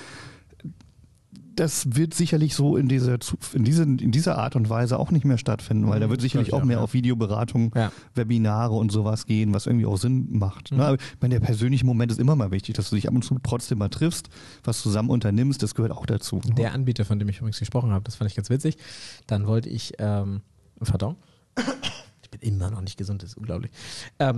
Das wird sicherlich so in dieser Art und Weise auch nicht mehr stattfinden, weil da wird sicherlich auch mehr auf Videoberatung, Webinare und sowas gehen, was irgendwie auch Sinn macht. Ne? Aber ich meine, der persönliche Moment ist immer mal wichtig, dass du dich ab und zu trotzdem mal triffst, was zusammen unternimmst, das gehört auch dazu. Der Anbieter, von dem ich übrigens gesprochen habe, das fand ich ganz witzig. Dann wollte ich, pardon, ich bin immer noch nicht gesund, das ist unglaublich. Da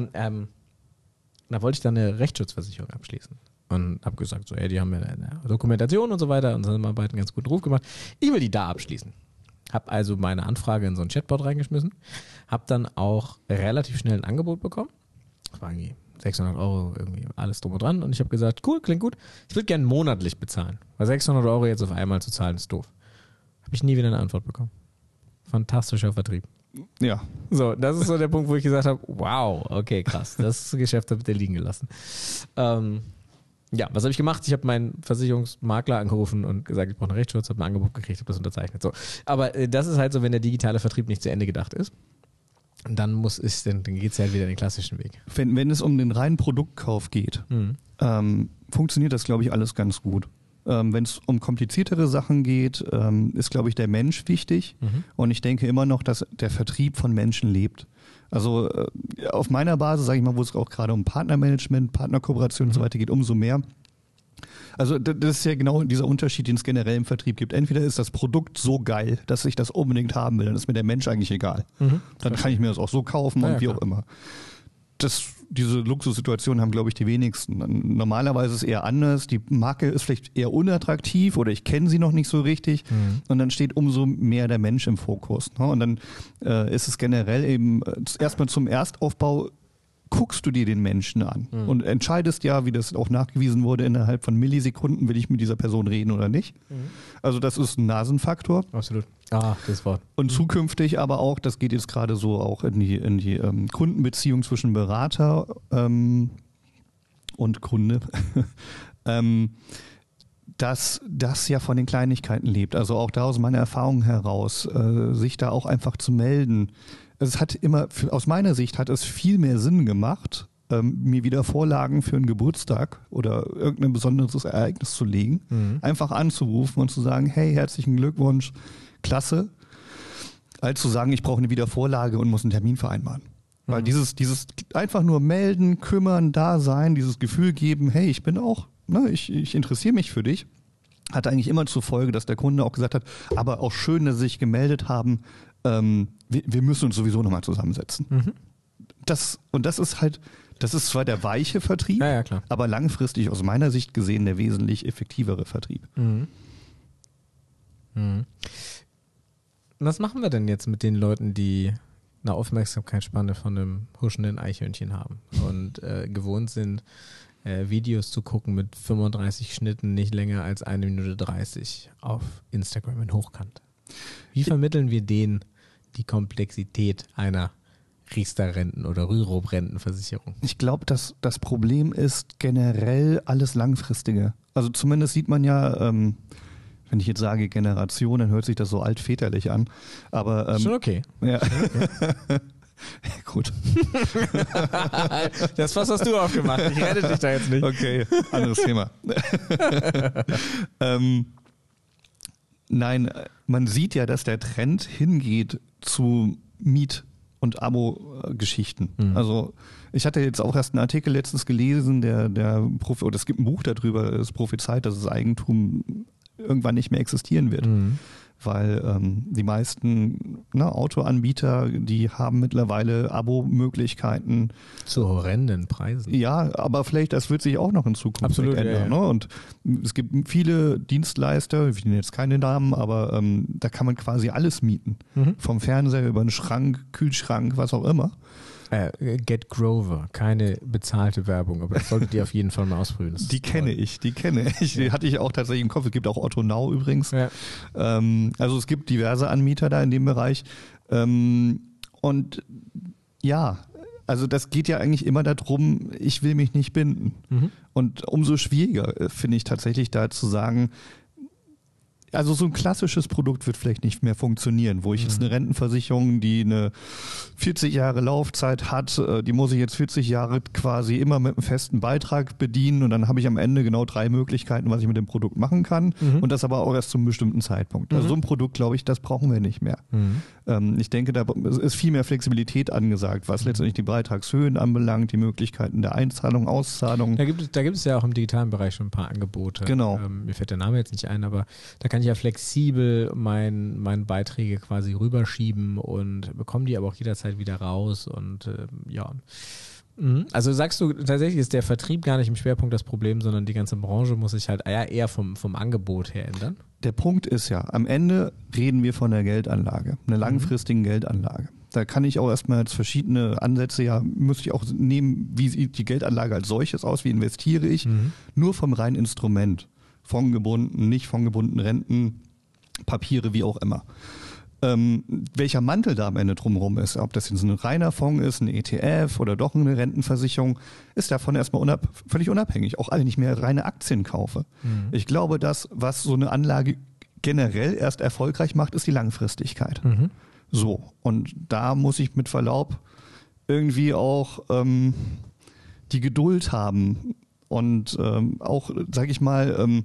wollte ich dann eine Rechtsschutzversicherung abschließen. Und habe gesagt, so, die haben ja eine Dokumentation und so weiter und haben einen ganz guten Ruf gemacht. Ich will die da abschließen. Habe also meine Anfrage in so ein Chatbot reingeschmissen. Habe dann auch relativ schnell ein Angebot bekommen. Das war irgendwie 600 €, irgendwie alles drum und dran. Und ich habe gesagt, cool, klingt gut. Ich würde gerne monatlich bezahlen. Weil 600 € jetzt auf einmal zu zahlen ist doof. Habe ich nie wieder eine Antwort bekommen. Fantastischer Vertrieb. Ja. So, das ist so der Punkt, wo ich gesagt habe, wow, okay, krass. Das Geschäft habt ihr liegen gelassen. Ja, was habe ich gemacht? Ich habe meinen Versicherungsmakler angerufen und gesagt, ich brauche einen Rechtsschutz, habe ein Angebot gekriegt, habe das unterzeichnet. So. Aber das ist halt so, wenn der digitale Vertrieb nicht zu Ende gedacht ist, dann geht es halt wieder den klassischen Weg. Wenn es um den reinen Produktkauf geht, funktioniert das, glaube ich, alles ganz gut. Wenn es um kompliziertere Sachen geht, ist, glaube ich, der Mensch wichtig. Und ich denke immer noch, dass der Vertrieb von Menschen lebt. Also auf meiner Basis, sage ich mal, wo es auch gerade um Partnermanagement, Partnerkooperation und so weiter geht, umso mehr. Also das ist ja genau dieser Unterschied, den es generell im Vertrieb gibt. Entweder ist das Produkt so geil, dass ich das unbedingt haben will, dann ist mir der Mensch eigentlich egal. Dann kann ich mir das auch so kaufen und wie auch immer. Diese Luxussituation haben, glaube ich, die wenigsten. Normalerweise ist es eher anders. Die Marke ist vielleicht eher unattraktiv oder ich kenne sie noch nicht so richtig. Und dann steht umso mehr der Mensch im Fokus. Ne? Und dann ist es generell eben erstmal zum Erstaufbau, guckst du dir den Menschen an und entscheidest ja, wie das auch nachgewiesen wurde, innerhalb von Millisekunden, will ich mit dieser Person reden oder nicht. Also das ist ein Nasenfaktor. Absolut. Das Wort. Und zukünftig aber auch, das geht jetzt gerade so auch in die Kundenbeziehung zwischen Berater und Kunde, dass das ja von den Kleinigkeiten lebt. Also auch da aus meiner Erfahrung heraus, sich da auch einfach zu melden. Es hat immer, aus meiner Sicht hat es viel mehr Sinn gemacht, mir wieder Vorlagen für einen Geburtstag oder irgendein besonderes Ereignis zu legen, einfach anzurufen und zu sagen, hey, herzlichen Glückwunsch, klasse, als zu sagen, ich brauche eine Wiedervorlage und muss einen Termin vereinbaren. Weil dieses einfach nur melden, kümmern, da sein, dieses Gefühl geben, hey, ich bin auch, ne, ich interessiere mich für dich, hat eigentlich immer zur Folge, dass der Kunde auch gesagt hat, aber auch schön, dass Sie sich gemeldet haben, wir müssen uns sowieso nochmal zusammensetzen. Das ist zwar der weiche Vertrieb, ja, klar. aber langfristig aus meiner Sicht gesehen der wesentlich effektivere Vertrieb. Was machen wir denn jetzt mit den Leuten, die eine Aufmerksamkeitsspanne von einem huschenden Eichhörnchen haben und gewohnt sind, Videos zu gucken mit 35 Schnitten, nicht länger als 1 Minute 30 auf Instagram in Hochkant? Wie vermitteln wir denen die Komplexität einer Riester-Renten- oder Rürup-Rentenversicherung? Ich glaube, dass das Problem ist generell alles Langfristige. Also zumindest sieht man ja, wenn ich jetzt sage Generation, dann hört sich das so altväterlich an. Aber Schon okay. Ja. Gut. Das Fass hast du aufgemacht. Ich rette dich da jetzt nicht. Okay, anderes Thema. Nein, man sieht ja, dass der Trend hingeht zu Miet- und Abo-Geschichten. Also ich hatte jetzt auch erst einen Artikel letztens gelesen, oder es gibt ein Buch darüber, es prophezeit, dass das Eigentum irgendwann nicht mehr existieren wird. Weil die meisten Autoanbieter, die haben mittlerweile Abo-Möglichkeiten. Zu horrenden Preisen. Ja, aber vielleicht, das wird sich auch noch in Zukunft Absolut, ändern. ja. Ne? Und es gibt viele Dienstleister, ich nenne jetzt keine Namen, aber da kann man quasi alles mieten. Vom Fernseher über einen Schrank, Kühlschrank, was auch immer. Get Grover, keine bezahlte Werbung, aber das solltet ihr auf jeden Fall mal ausprobieren. Die kenne ich. Die hatte ich auch tatsächlich im Kopf. Es gibt auch Otto Now übrigens. Ja. Also es gibt diverse Anbieter da in dem Bereich. Und ja, also das geht ja eigentlich immer darum, ich will mich nicht binden. Und umso schwieriger finde ich tatsächlich da zu sagen, also so ein klassisches Produkt wird vielleicht nicht mehr funktionieren, wo ich jetzt eine Rentenversicherung, die eine 40 Jahre Laufzeit hat, die muss ich jetzt 40 Jahre quasi immer mit einem festen Beitrag bedienen und dann habe ich am Ende genau 3 Möglichkeiten, was ich mit dem Produkt machen kann und das aber auch erst zu einem bestimmten Zeitpunkt. Also so ein Produkt, glaube ich, das brauchen wir nicht mehr. Ich denke, da ist viel mehr Flexibilität angesagt, was letztendlich die Beitragshöhen anbelangt, die Möglichkeiten der Einzahlung, Auszahlung. Da gibt es ja auch im digitalen Bereich schon ein paar Angebote. Genau. Mir fällt der Name jetzt nicht ein, aber da kann ich ja flexibel meine Beiträge quasi rüberschieben und bekomme die aber auch jederzeit wieder raus und ja. Also sagst du, tatsächlich ist der Vertrieb gar nicht im Schwerpunkt das Problem, sondern die ganze Branche muss sich halt eher vom Angebot her ändern? Der Punkt ist ja, am Ende reden wir von der Geldanlage, einer langfristigen Geldanlage. Da kann ich auch erstmal jetzt verschiedene Ansätze, muss ich auch nehmen, wie sieht die Geldanlage als solches aus, wie investiere ich, nur vom reinen Instrument. Fondgebunden, nicht fondgebunden, Renten, Papiere, wie auch immer. Welcher Mantel da am Ende drumherum ist, ob das jetzt ein reiner Fonds ist, ein ETF oder doch eine Rentenversicherung, ist davon erstmal völlig unabhängig. Auch alle nicht mehr reine Aktien kaufe. Ich glaube, das, was so eine Anlage generell erst erfolgreich macht, ist die Langfristigkeit. So, und da muss ich mit Verlaub irgendwie auch die Geduld haben, und auch, sage ich mal,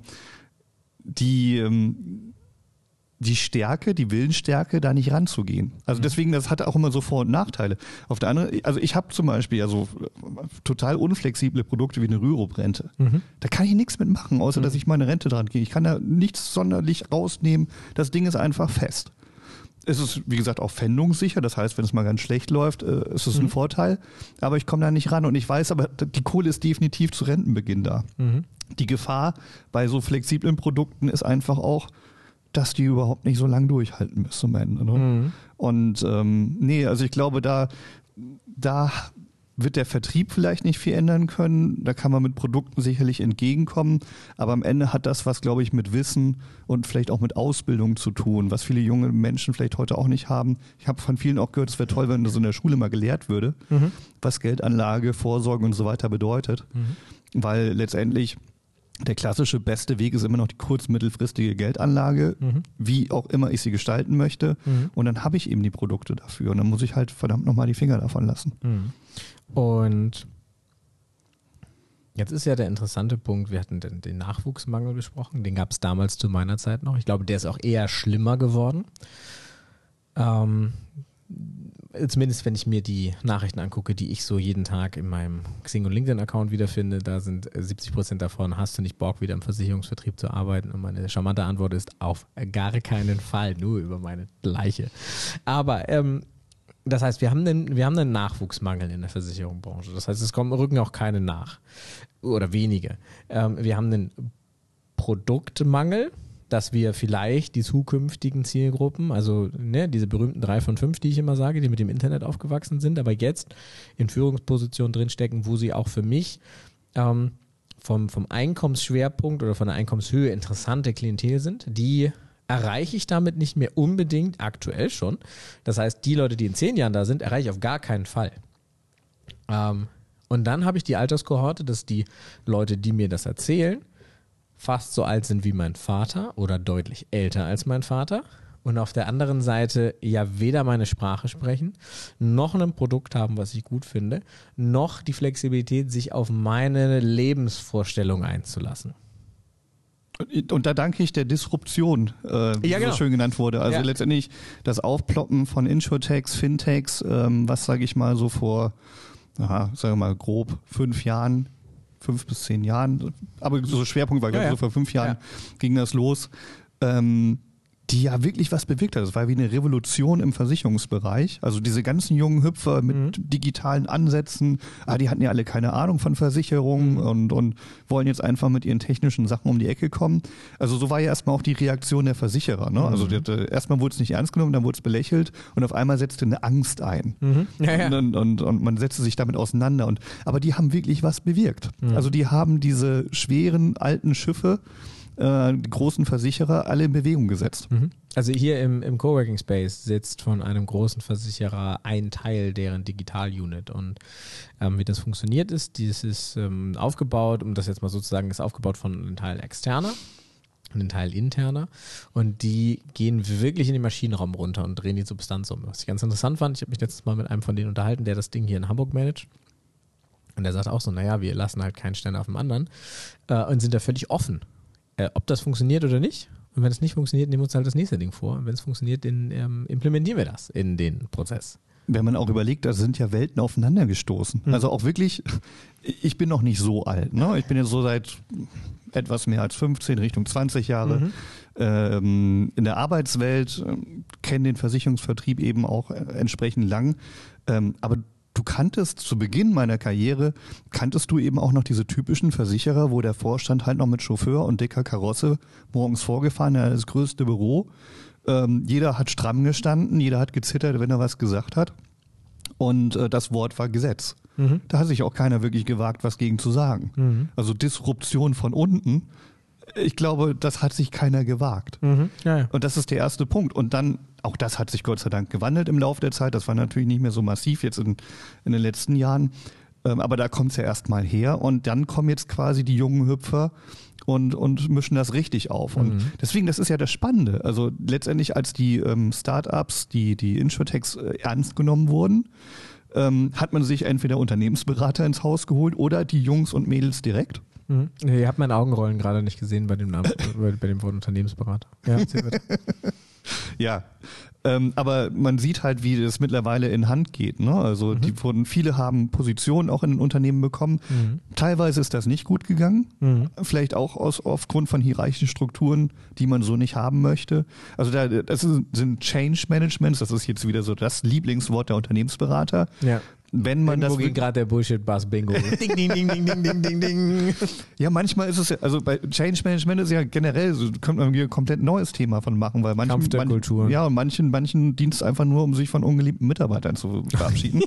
die Stärke, die Willensstärke, da nicht ranzugehen. Also deswegen, das hat auch immer so Vor- und Nachteile. Auf der anderen, also ich habe zum Beispiel ja so total unflexible Produkte wie eine Rürup-Rente. Da kann ich nichts mitmachen, außer dass ich meine Rente dran gehe. Ich kann da nichts sonderlich rausnehmen. Das Ding ist einfach fest. Es ist, wie gesagt, auch pfändungssicher. Das heißt, wenn es mal ganz schlecht läuft, ist es ein Vorteil. Aber ich komme da nicht ran. Und ich weiß aber, die Kohle ist definitiv zu Rentenbeginn da. Die Gefahr bei so flexiblen Produkten ist einfach auch, dass die überhaupt nicht so lange durchhalten bis zum Ende. Ne? Und also ich glaube, da wird der Vertrieb vielleicht nicht viel ändern können. Da kann man mit Produkten sicherlich entgegenkommen. Aber am Ende hat das was, glaube ich, mit Wissen und vielleicht auch mit Ausbildung zu tun, was viele junge Menschen vielleicht heute auch nicht haben. Ich habe von vielen auch gehört, es wäre toll, wenn das in der Schule mal gelehrt würde, was Geldanlage, Vorsorge und so weiter bedeutet. Weil letztendlich der klassische beste Weg ist immer noch die kurz-mittelfristige Geldanlage, wie auch immer ich sie gestalten möchte. Und dann habe ich eben die Produkte dafür. Und dann muss ich halt verdammt nochmal die Finger davon lassen. Und jetzt ist ja der interessante Punkt, wir hatten den Nachwuchsmangel besprochen, den gab es damals zu meiner Zeit noch. Ich glaube, der ist auch eher schlimmer geworden. Zumindest wenn ich mir die Nachrichten angucke, die ich so jeden Tag in meinem Xing- und LinkedIn-Account wiederfinde, da sind 70% davon, hast du nicht Bock, wieder im Versicherungsvertrieb zu arbeiten? Und meine charmante Antwort ist, auf gar keinen Fall, nur über meine Leiche. Aber das heißt, wir haben einen Nachwuchsmangel in der Versicherungsbranche. Das heißt, rücken auch keine nach oder wenige. Wir haben einen Produktmangel, dass wir vielleicht die zukünftigen Zielgruppen, also diese berühmten 3 von 5, die ich immer sage, die mit dem Internet aufgewachsen sind, aber jetzt in Führungspositionen drinstecken, wo sie auch für mich vom Einkommensschwerpunkt oder von der Einkommenshöhe interessante Klientel sind, die erreiche ich damit nicht mehr unbedingt, aktuell schon. Das heißt, die Leute, die in 10 Jahren da sind, erreiche ich auf gar keinen Fall. Und dann habe ich die Alterskohorte, dass die Leute, die mir das erzählen, fast so alt sind wie mein Vater oder deutlich älter als mein Vater. Und auf der anderen Seite ja weder meine Sprache sprechen, noch ein Produkt haben, was ich gut finde, noch die Flexibilität, sich auf meine Lebensvorstellung einzulassen. Und da danke ich der Disruption, wie so schön genannt wurde. Also letztendlich das Aufploppen von Insurtechs, Fintechs, was sage ich mal so vor, sagen wir mal grob 5 bis 10 Jahren, aber so Schwerpunkt war, glaube ich, so vor 5 Jahren ging das los. Die ja wirklich was bewirkt hat. Das war wie eine Revolution im Versicherungsbereich. Also diese ganzen jungen Hüpfer mit digitalen Ansätzen, die hatten ja alle keine Ahnung von Versicherungen und wollen jetzt einfach mit ihren technischen Sachen um die Ecke kommen. Also so war ja erstmal auch die Reaktion der Versicherer. Ne? Also erstmal wurde es nicht ernst genommen, dann wurde es belächelt und auf einmal setzte eine Angst ein. Und man setzte sich damit auseinander. Aber die haben wirklich was bewirkt. Also die haben diese schweren alten Schiffe, die großen Versicherer alle in Bewegung gesetzt. Also hier im Coworking Space sitzt von einem großen Versicherer ein Teil deren Digital-Unit und wie das funktioniert ist, dieses ist aufgebaut, um das jetzt mal sozusagen, ist aufgebaut von einem Teil externer und einem Teil interner und die gehen wirklich in den Maschinenraum runter und drehen die Substanz um. Was ich ganz interessant fand, ich habe mich letztes Mal mit einem von denen unterhalten, der das Ding hier in Hamburg managt. Und der sagt auch so, naja, wir lassen halt keinen Stein auf dem anderen und sind da völlig offen. Ob das funktioniert oder nicht. Und wenn es nicht funktioniert, nehmen wir uns halt das nächste Ding vor. Und wenn es funktioniert, dann implementieren wir das in den Prozess. Wenn man auch überlegt, da sind ja Welten aufeinander gestoßen. Also auch wirklich, ich bin noch nicht so alt. Ne? Ich bin jetzt so seit etwas mehr als 15, Richtung 20 Jahre in der Arbeitswelt, kenne den Versicherungsvertrieb eben auch entsprechend lang. Aber du kanntest zu Beginn meiner Karriere, kanntest du eben auch noch diese typischen Versicherer, wo der Vorstand halt noch mit Chauffeur und dicker Karosse morgens vorgefahren, er das größte Büro. Jeder hat stramm gestanden, jeder hat gezittert, wenn er was gesagt hat. Und das Wort war Gesetz. Da hat sich auch keiner wirklich gewagt, was gegen zu sagen. Also Disruption von unten, ich glaube, das hat sich keiner gewagt. Und das ist der erste Punkt. Und dann, auch das hat sich Gott sei Dank gewandelt im Laufe der Zeit. Das war natürlich nicht mehr so massiv jetzt in den letzten Jahren. Aber da kommt es ja erstmal her. Und dann kommen jetzt quasi die jungen Hüpfer und mischen das richtig auf. Und deswegen, das ist ja das Spannende. Also letztendlich, als die Startups, die Insurtechs ernst genommen wurden, hat man sich entweder Unternehmensberater ins Haus geholt oder die Jungs und Mädels direkt. Ihr habt meine Augenrollen gerade nicht gesehen bei dem Namen, bei dem Wort Unternehmensberater. Ja, erzähl bitte. Ja, aber man sieht halt, wie das mittlerweile in Hand geht. Ne? Also viele haben Positionen auch in den Unternehmen bekommen. Teilweise ist das nicht gut gegangen. Vielleicht auch aufgrund von hierarchischen Strukturen, die man so nicht haben möchte. Also das sind Change Managements, das ist jetzt wieder so das Lieblingswort der Unternehmensberater. Ja. Wenn man Irgendwo geht gerade der Bullshit-Bass-Bingo. Ding, ding, ding, ding, ding, ding, ding, ding. Ja, manchmal ist es ja, also bei Change Management ist ja generell, so könnte man ein komplett neues Thema von machen, weil Kampf der Kultur. Ja, und manchen dient es einfach nur, um sich von ungeliebten Mitarbeitern zu verabschieden.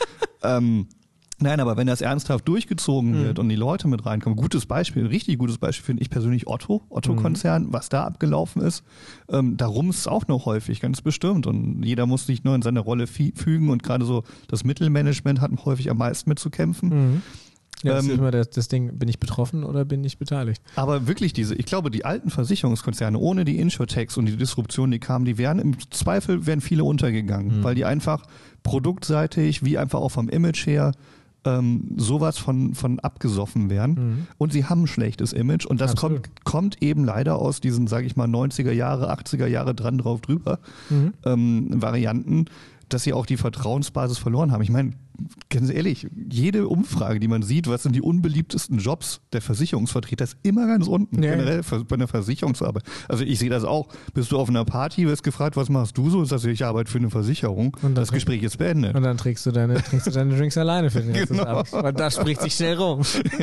Nein, aber wenn das ernsthaft durchgezogen wird und die Leute mit reinkommen, gutes Beispiel, ein richtig gutes Beispiel finde ich persönlich Otto-Konzern, was da abgelaufen ist, darum ist es auch noch häufig, ganz bestimmt. Und jeder muss sich nur in seine Rolle fügen und gerade so das Mittelmanagement hat häufig am meisten mitzukämpfen. Ja, das ist immer das Ding, bin ich betroffen oder bin ich beteiligt? Aber wirklich ich glaube, die alten Versicherungskonzerne, ohne die Insurtechs und die Disruption, die kamen, im Zweifel wären viele untergegangen, weil die einfach produktseitig, wie einfach auch vom Image her, sowas von abgesoffen werden. Und sie haben ein schlechtes Image und das kommt eben leider aus diesen, sage ich mal, 90er Jahre, 80er Jahre dran drauf drüber Varianten, dass sie auch die Vertrauensbasis verloren haben. Ich meine, ganz ehrlich, jede Umfrage, die man sieht, was sind die unbeliebtesten Jobs der Versicherungsvertreter, ist immer ganz unten, generell bei einer Versicherungsarbeit. Also ich sehe das auch. Bist du auf einer Party, wirst gefragt, was machst du so? Und sagst du, ich arbeite für eine Versicherung. Und das Gespräch ist beendet. Und dann trinkst du deine Drinks alleine für den ganzen Abend. Und das spricht sich schnell rum.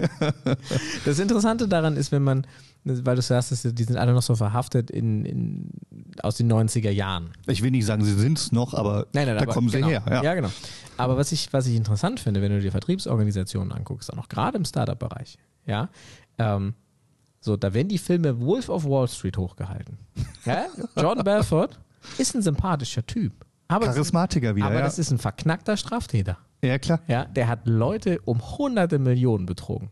Das Interessante daran ist, wenn man, weil du sagst, die sind alle noch so verhaftet aus den 90er Jahren. Ich will nicht sagen, sie sind es noch, aber da kommen sie her. Ja, genau. Aber was ich interessant finde, wenn du dir Vertriebsorganisationen anguckst, auch noch gerade im Startup-Bereich, ja, So, da werden die Filme Wolf of Wall Street hochgehalten. Ja? Jordan Belfort ist ein sympathischer Typ. Charismatiker wieder, aber das ist ein verknackter Straftäter. Ja, klar. Ja, der hat Leute um hunderte Millionen betrogen.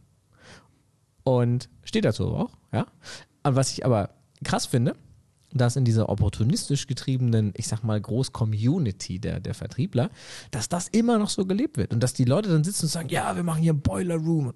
Und steht dazu auch, ja. Und was ich aber krass finde, dass in dieser opportunistisch getriebenen, ich sag mal, Groß-Community der Vertriebler, dass das immer noch so gelebt wird und dass die Leute dann sitzen und sagen, ja, wir machen hier einen Boiler Room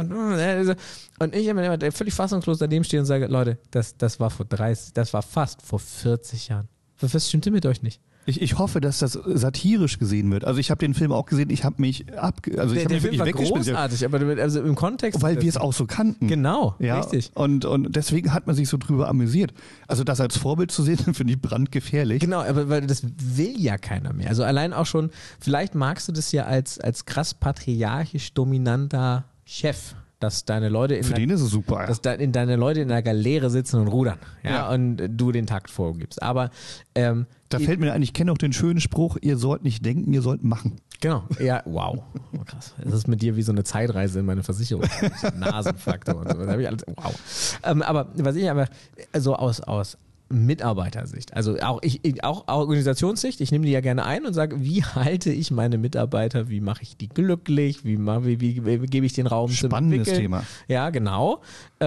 und ich immer völlig fassungslos daneben stehe und sage, Leute, das war fast vor 40 Jahren. Was stimmt denn mit euch nicht? Ich hoffe, dass das satirisch gesehen wird. Also ich habe den Film auch gesehen, ich habe mich der Film war großartig, aber also im Kontext... Weil wir es auch so kannten. Genau, ja, richtig. Und deswegen hat man sich so drüber amüsiert. Also das als Vorbild zu sehen, finde ich brandgefährlich. Genau, aber weil das will ja keiner mehr. Also allein auch schon, vielleicht magst du das ja als krass patriarchisch dominanter Chef, dass deine Leute Für den ist es super, dass deine Leute in der Galeere sitzen und rudern, ja. Und du den Takt vorgibst. Aber da fällt mir ein, ich kenne auch den schönen Spruch, ihr sollt nicht denken, ihr sollt machen. Genau, ja, wow. Oh, krass. Das ist mit dir wie so eine Zeitreise in meine Versicherung. Nasenfaktor und so. Das habe ich alles, wow. Aber was ich aber so aus Mitarbeitersicht, also auch Organisationssicht, ich nehme die ja gerne ein und sage, wie halte ich meine Mitarbeiter, wie mache ich die glücklich, wie gebe ich den Raum zum Entwickeln. Spannendes Thema. Ja, genau.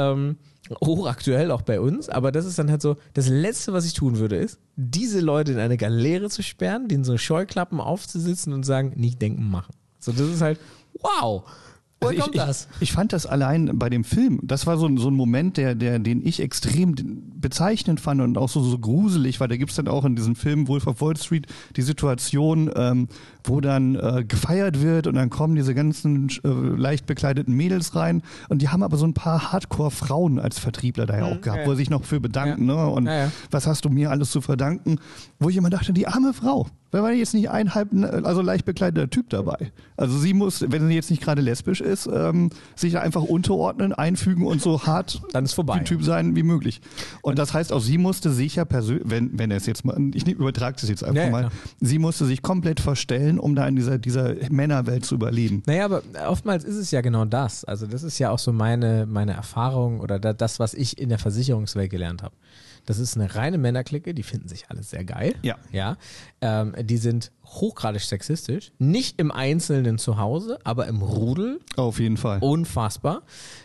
Hochaktuell auch bei uns, aber das ist dann halt so, das Letzte, was ich tun würde, ist, diese Leute in eine Galeere zu sperren, denen so Scheuklappen aufzusitzen und sagen, nicht denken, machen. So, das ist halt, wow. Woher kommt das? Ich fand das allein bei dem Film, das war so ein Moment, den ich extrem bezeichnend fand und auch so gruselig, weil da gibt es dann auch in diesem Film Wolf of Wall Street die Situation, wo dann gefeiert wird und dann kommen diese ganzen leicht bekleideten Mädels rein und die haben aber so ein paar Hardcore-Frauen als Vertriebler da ja auch gehabt, wo sie sich noch für bedanken, ne? Und was hast du mir alles zu verdanken? Wo ich immer dachte, die arme Frau, da war jetzt nicht also leicht bekleideter Typ dabei. Also sie muss, wenn sie jetzt nicht gerade lesbisch ist, sich einfach unterordnen, einfügen und so hart dann ist vorbei. Typ sein wie möglich. Und das heißt auch, sie musste sich ja persönlich, wenn er es jetzt mal, ich übertrage das jetzt einfach mal, sie musste sich komplett verstellen, um da in dieser Männerwelt zu überleben. Naja, aber oftmals ist es ja genau das. Also das ist ja auch so meine Erfahrung oder das, was ich in der Versicherungswelt gelernt habe. Das ist eine reine Männerklicke, die finden sich alle sehr geil. Ja. Die sind hochgradig sexistisch. Nicht im Einzelnen zu Hause, aber im Rudel. Auf jeden Fall. Unfassbar.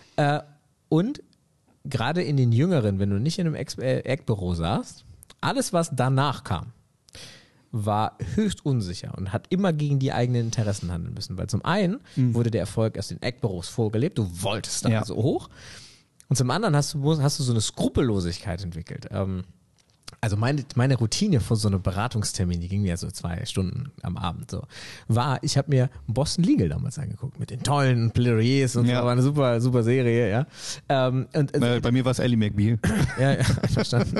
Und gerade in den Jüngeren, wenn du nicht in einem Eckbüro saßt, alles, was danach kam, war höchst unsicher und hat immer gegen die eigenen Interessen handeln müssen. Weil zum einen wurde der Erfolg aus den Eckbüros vorgelebt, du wolltest da so hoch. Und zum anderen hast du so eine Skrupellosigkeit entwickelt. Also meine Routine vor so einem Beratungstermin, die ging mir so 2 Stunden am Abend so, ich habe mir Boston Legal damals angeguckt mit den tollen Plädoyers und so, war eine super, super Serie, ja. Bei mir war es Ally McBeal. Ja, verstanden.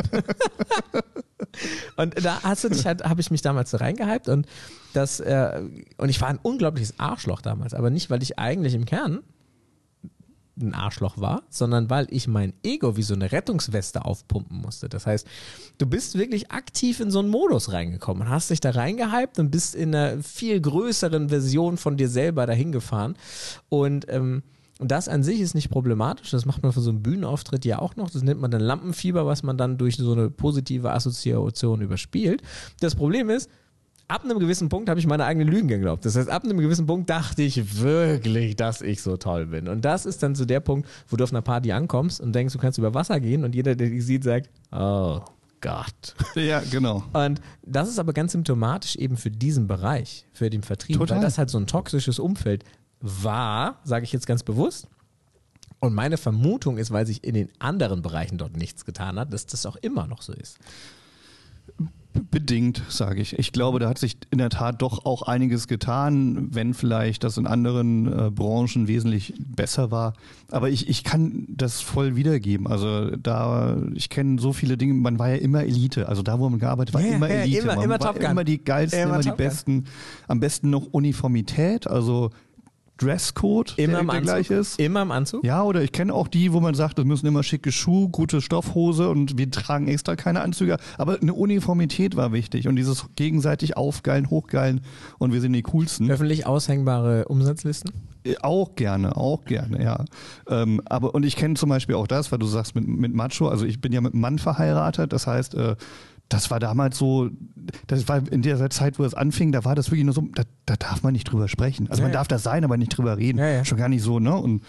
Und da habe ich mich damals so reingehypt und ich war ein unglaubliches Arschloch damals, aber nicht, weil ich eigentlich im Kern ein Arschloch war, sondern weil ich mein Ego wie so eine Rettungsweste aufpumpen musste. Das heißt, du bist wirklich aktiv in so einen Modus reingekommen und hast dich da reingehypt und bist in einer viel größeren Version von dir selber dahin gefahren. Und das an sich ist nicht problematisch. Das macht man für so einen Bühnenauftritt ja auch noch. Das nennt man dann Lampenfieber, was man dann durch so eine positive Assoziation überspielt. Das Problem ist, ab einem gewissen Punkt habe ich meine eigenen Lügen geglaubt. Das heißt, ab einem gewissen Punkt dachte ich wirklich, dass ich so toll bin. Und das ist dann so der Punkt, wo du auf einer Party ankommst und denkst, du kannst über Wasser gehen und jeder, der dich sieht, sagt, oh Gott. Ja, genau. Und das ist aber ganz symptomatisch eben für diesen Bereich, für den Vertrieb, Total. weil das halt so ein toxisches Umfeld war, sage ich jetzt ganz bewusst. Und meine Vermutung ist, weil sich in den anderen Bereichen dort nichts getan hat, dass das auch immer noch so ist. Bedingt, sage ich. Ich glaube, da hat sich in der Tat doch auch einiges getan, wenn vielleicht das in anderen Branchen wesentlich besser war. Aber ich kann das voll wiedergeben. Also ich kenne so viele Dinge, man war ja immer Elite. Also da, wo man gearbeitet war, immer Elite. Man immer war Top Gun. immer die geilsten, immer die besten. Am besten noch Uniformität, also Dresscode, immer der gleich ist. Immer im Anzug? Ja, oder ich kenne auch die, wo man sagt, das müssen immer schicke Schuhe, gute Stoffhose und wir tragen extra keine Anzüge. Aber eine Uniformität war wichtig und dieses gegenseitig Aufgeilen, Hochgeilen und wir sind die Coolsten. Öffentlich aushängbare Umsatzlisten? Auch gerne, ja. Und ich kenne zum Beispiel auch das, weil du sagst mit Macho, also ich bin ja mit einem Mann verheiratet, das heißt, das war damals so, das war in der Zeit, wo es anfing, da war das wirklich nur so, da darf man nicht drüber sprechen. Also man darf das sein, aber nicht drüber reden. Ja. Schon gar nicht so, ne? Und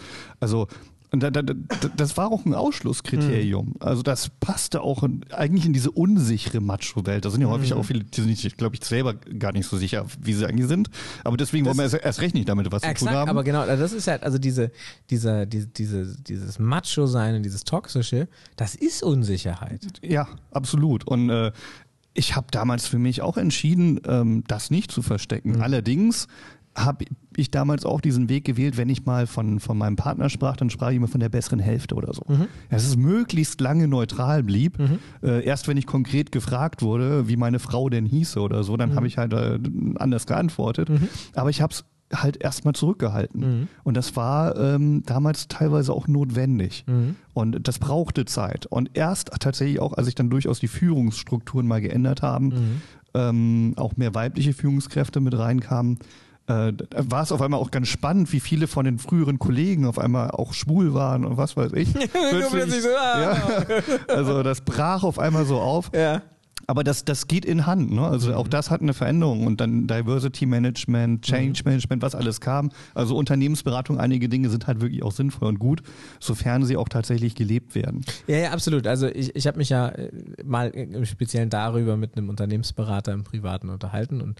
das war auch ein Ausschlusskriterium. Also das passte auch eigentlich in diese unsichere Macho-Welt. Da sind ja häufig auch viele, die sind sich, glaube ich, selber gar nicht so sicher, wie sie eigentlich sind. Aber deswegen wollen wir erst recht nicht damit was zu tun haben. Aber genau, das ist halt, also dieses Macho-Sein und dieses Toxische, das ist Unsicherheit. Ja, absolut. Und ich habe damals für mich auch entschieden, das nicht zu verstecken. Allerdings habe ich damals auch diesen Weg gewählt, wenn ich mal von meinem Partner sprach, dann sprach ich immer von der besseren Hälfte oder so. Dass es möglichst lange neutral blieb. Erst wenn ich konkret gefragt wurde, wie meine Frau denn hieße oder so, dann habe ich halt anders geantwortet. Aber ich habe es halt erstmal zurückgehalten. Und das war damals teilweise auch notwendig. Und das brauchte Zeit. Und erst tatsächlich auch, als sich dann durchaus die Führungsstrukturen mal geändert haben, auch mehr weibliche Führungskräfte mit reinkamen, war es auf einmal auch ganz spannend, wie viele von den früheren Kollegen auf einmal auch schwul waren und was weiß ich. Also das brach auf einmal so auf. Ja. Aber das geht in Hand, ne? Also auch das hat eine Veränderung und dann Diversity Management, Change Management, was alles kam. Also Unternehmensberatung, einige Dinge sind halt wirklich auch sinnvoll und gut, sofern sie auch tatsächlich gelebt werden. Ja, absolut. Also ich habe mich ja mal im Speziellen darüber mit einem Unternehmensberater im Privaten unterhalten und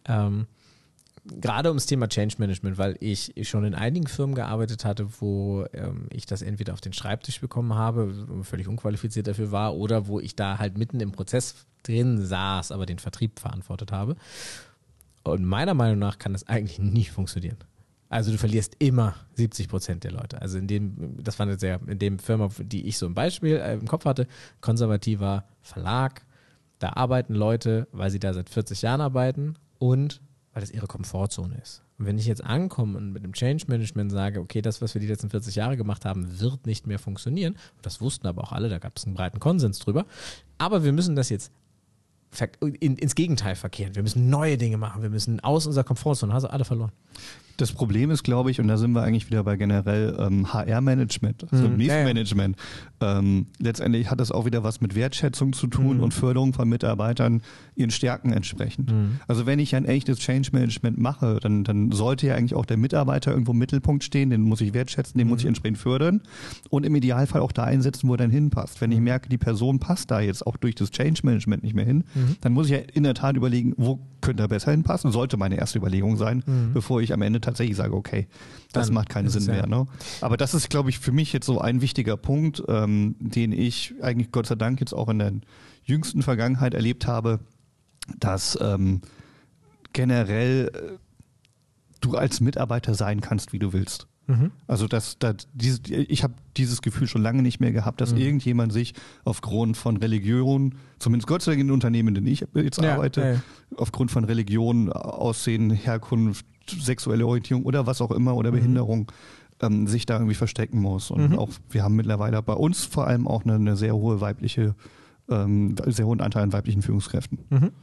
gerade ums Thema Change Management, weil ich schon in einigen Firmen gearbeitet hatte, wo ich das entweder auf den Schreibtisch bekommen habe, völlig unqualifiziert dafür war, oder wo ich da halt mitten im Prozess drin saß, aber den Vertrieb verantwortet habe. Und meiner Meinung nach kann das eigentlich nie funktionieren. Also du verlierst immer 70% der Leute. Also in dem Firma, die ich so ein Beispiel im Kopf hatte, konservativer Verlag, da arbeiten Leute, weil sie da seit 40 Jahren arbeiten und weil das ihre Komfortzone ist. Und wenn ich jetzt ankomme und mit dem Change Management sage, okay, das, was wir die letzten 40 Jahre gemacht haben, wird nicht mehr funktionieren, und das wussten aber auch alle, da gab es einen breiten Konsens drüber, aber wir müssen das jetzt ins Gegenteil verkehren. Wir müssen neue Dinge machen, wir müssen aus unserer Komfortzone, also alle verloren. Das Problem ist, glaube ich, und da sind wir eigentlich wieder bei generell HR-Management, also Management. Letztendlich hat das auch wieder was mit Wertschätzung zu tun und Förderung von Mitarbeitern ihren Stärken entsprechend. Also wenn ich ein echtes Change-Management mache, dann sollte ja eigentlich auch der Mitarbeiter irgendwo im Mittelpunkt stehen, den muss ich wertschätzen, den muss ich entsprechend fördern und im Idealfall auch da einsetzen, wo er dann hinpasst. Wenn ich merke, die Person passt da jetzt auch durch das Change-Management nicht mehr hin, dann muss ich ja in der Tat überlegen, wo könnte er besser hinpassen, sollte meine erste Überlegung sein, bevor ich am Ende tatsächlich sage, okay, das macht keinen Sinn mehr. Ne? Aber das ist, glaube ich, für mich jetzt so ein wichtiger Punkt, den ich eigentlich Gott sei Dank jetzt auch in der jüngsten Vergangenheit erlebt habe, dass generell du als Mitarbeiter sein kannst, wie du willst. Also ich habe dieses Gefühl schon lange nicht mehr gehabt, dass irgendjemand sich aufgrund von Religion, zumindest Gott sei Dank in den Unternehmen, in denen ich jetzt arbeite, aufgrund von Religion, Aussehen, Herkunft, sexuelle Orientierung oder was auch immer oder Behinderung sich da irgendwie verstecken muss. Und auch wir haben mittlerweile bei uns vor allem auch eine sehr hohe weibliche, sehr hohen Anteil an weiblichen Führungskräften.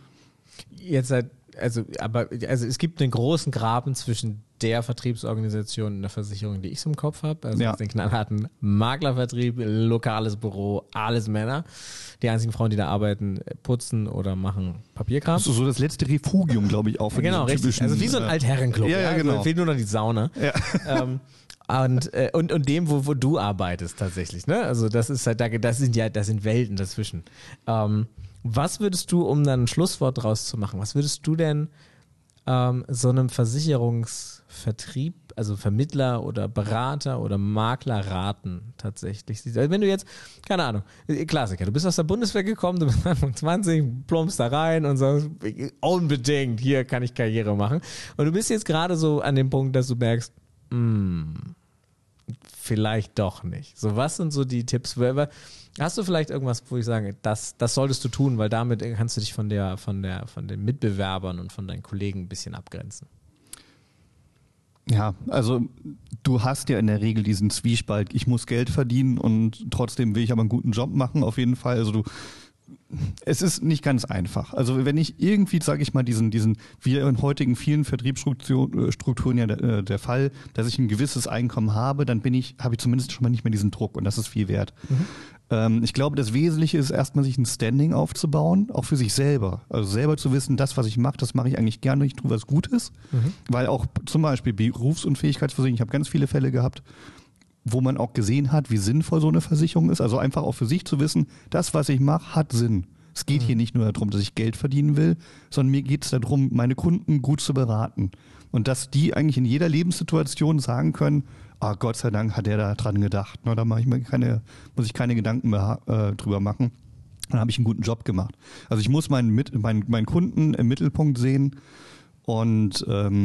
Also es gibt einen großen Graben zwischen der Vertriebsorganisation und der Versicherung, die ich so im Kopf habe. Also den knallharten Maklervertrieb, lokales Büro, alles Männer. Die einzigen Frauen, die da arbeiten, putzen oder machen Papierkram. Das ist so das letzte Refugium, glaube ich, auch für genau, richtig. Also wie so ein Altherrenclub. Ja, genau. Also fehlt nur noch die Sauna. Ja. Und dem, wo du arbeitest tatsächlich. Ne? Also das ist halt, das sind Welten dazwischen. Was würdest du, um dann ein Schlusswort draus zu machen, was würdest du denn so einem Versicherungsvertrieb, also Vermittler oder Berater oder Makler raten tatsächlich? Also wenn du jetzt, keine Ahnung, Klassiker, du bist aus der Bundeswehr gekommen, du bist Anfang 20, plumpst da rein und sagst, unbedingt, hier kann ich Karriere machen. Und du bist jetzt gerade so an dem Punkt, dass du merkst, vielleicht doch nicht. So, was sind so die Tipps? Hast du vielleicht irgendwas, wo ich sage, das solltest du tun, weil damit kannst du dich von den Mitbewerbern und von deinen Kollegen ein bisschen abgrenzen? Ja, also du hast ja in der Regel diesen Zwiespalt, ich muss Geld verdienen und trotzdem will ich aber einen guten Job machen, auf jeden Fall. Also es ist nicht ganz einfach. Also wenn ich irgendwie, sage ich mal, diesen wie in heutigen vielen Vertriebsstrukturen ja der Fall, dass ich ein gewisses Einkommen habe, dann habe ich zumindest schon mal nicht mehr diesen Druck und das ist viel wert. Ich glaube, das Wesentliche ist erstmal, sich ein Standing aufzubauen, auch für sich selber. Also selber zu wissen, das, was ich mache, das mache ich eigentlich gerne, ich tue was Gutes. Weil auch zum Beispiel Berufsunfähigkeitsversicherung, ich habe ganz viele Fälle gehabt, wo man auch gesehen hat, wie sinnvoll so eine Versicherung ist. Also einfach auch für sich zu wissen, das, was ich mache, hat Sinn. Es geht hier nicht nur darum, dass ich Geld verdienen will, sondern mir geht es darum, meine Kunden gut zu beraten. Und dass die eigentlich in jeder Lebenssituation sagen können, Gott sei Dank hat der da dran gedacht. Da muss ich keine Gedanken mehr drüber machen. Dann habe ich einen guten Job gemacht. Also ich muss meinen Kunden im Mittelpunkt sehen und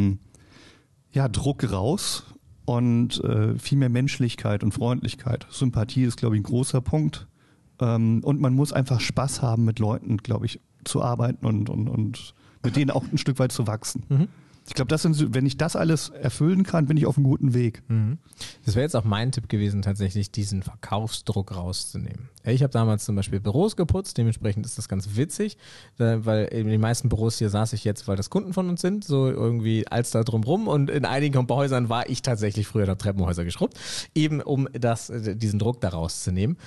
Druck raus und viel mehr Menschlichkeit und Freundlichkeit. Sympathie ist, glaube ich, ein großer Punkt. Und man muss einfach Spaß haben, mit Leuten, glaube ich, zu arbeiten und mit denen auch ein Stück weit zu wachsen. Ich glaube, wenn ich das alles erfüllen kann, bin ich auf einem guten Weg. Das wäre jetzt auch mein Tipp gewesen, tatsächlich diesen Verkaufsdruck rauszunehmen. Ich habe damals zum Beispiel Büros geputzt, dementsprechend ist das ganz witzig, weil in den meisten Büros hier saß ich jetzt, weil das Kunden von uns sind, so irgendwie Alster drumrum, und in einigen Häusern war ich tatsächlich früher da Treppenhäuser geschrubbt, eben um diesen Druck da rauszunehmen.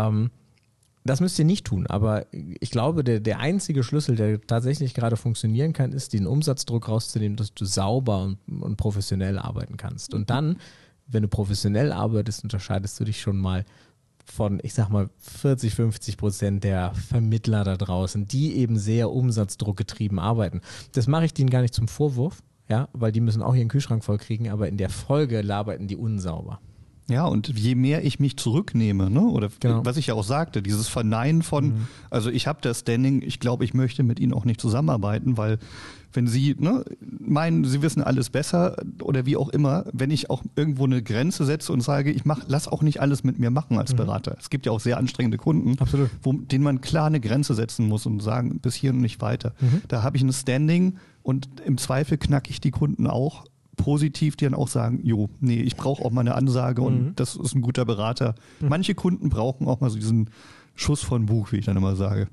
Das müsst ihr nicht tun, aber ich glaube, der einzige Schlüssel, der tatsächlich gerade funktionieren kann, ist, den Umsatzdruck rauszunehmen, dass du sauber und professionell arbeiten kannst. Und dann, wenn du professionell arbeitest, unterscheidest du dich schon mal von, ich sag mal, 40-50% der Vermittler da draußen, die eben sehr umsatzdruckgetrieben arbeiten. Das mache ich denen gar nicht zum Vorwurf, ja, weil die müssen auch ihren Kühlschrank voll kriegen, aber in der Folge arbeiten die unsauber. Ja, und je mehr ich mich zurücknehme, ne, oder was ich ja auch sagte, dieses Verneinen von, also ich habe das Standing, ich glaube, ich möchte mit Ihnen auch nicht zusammenarbeiten, weil wenn Sie meinen, Sie wissen alles besser oder wie auch immer, wenn ich auch irgendwo eine Grenze setze und sage, lass auch nicht alles mit mir machen als Berater. Es gibt ja auch sehr anstrengende Kunden, denen man klar eine Grenze setzen muss und sagen, bis hier und nicht weiter. Da habe ich ein Standing und im Zweifel knacke ich die Kunden auch positiv, die dann auch sagen, ich brauche auch mal eine Ansage und das ist ein guter Berater. Manche Kunden brauchen auch mal so diesen Schuss von Bug, wie ich dann immer sage.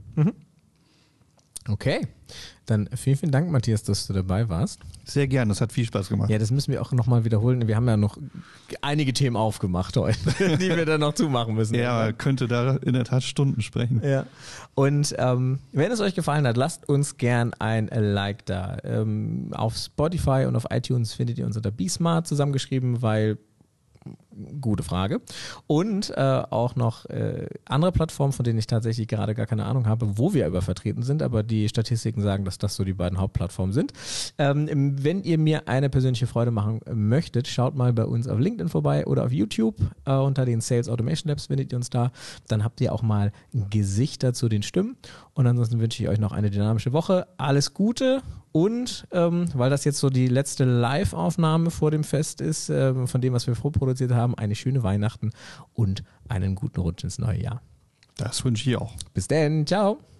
Okay, dann vielen, vielen Dank, Matthias, dass du dabei warst. Sehr gerne, das hat viel Spaß gemacht. Ja, das müssen wir auch nochmal wiederholen. Wir haben ja noch einige Themen aufgemacht heute, die wir dann noch zumachen müssen. Ja, man könnte da in der Tat Stunden sprechen. Ja. Und wenn es euch gefallen hat, lasst uns gern ein Like da. Auf Spotify und auf iTunes findet ihr uns unter BeSmart zusammengeschrieben, weil gute Frage. Und auch noch andere Plattformen, von denen ich tatsächlich gerade gar keine Ahnung habe, wo wir vertreten sind, aber die Statistiken sagen, dass das so die beiden Hauptplattformen sind. Wenn ihr mir eine persönliche Freude machen möchtet, schaut mal bei uns auf LinkedIn vorbei oder auf YouTube. Unter den Sales Automation Labs findet ihr uns da. Dann habt ihr auch mal Gesichter zu den Stimmen. Und ansonsten wünsche ich euch noch eine dynamische Woche. Alles Gute. Und weil das jetzt so die letzte Live-Aufnahme vor dem Fest ist, von dem, was wir vorproduziert haben, eine schöne Weihnachten und einen guten Rutsch ins neue Jahr. Das wünsche ich auch. Bis dann. Ciao.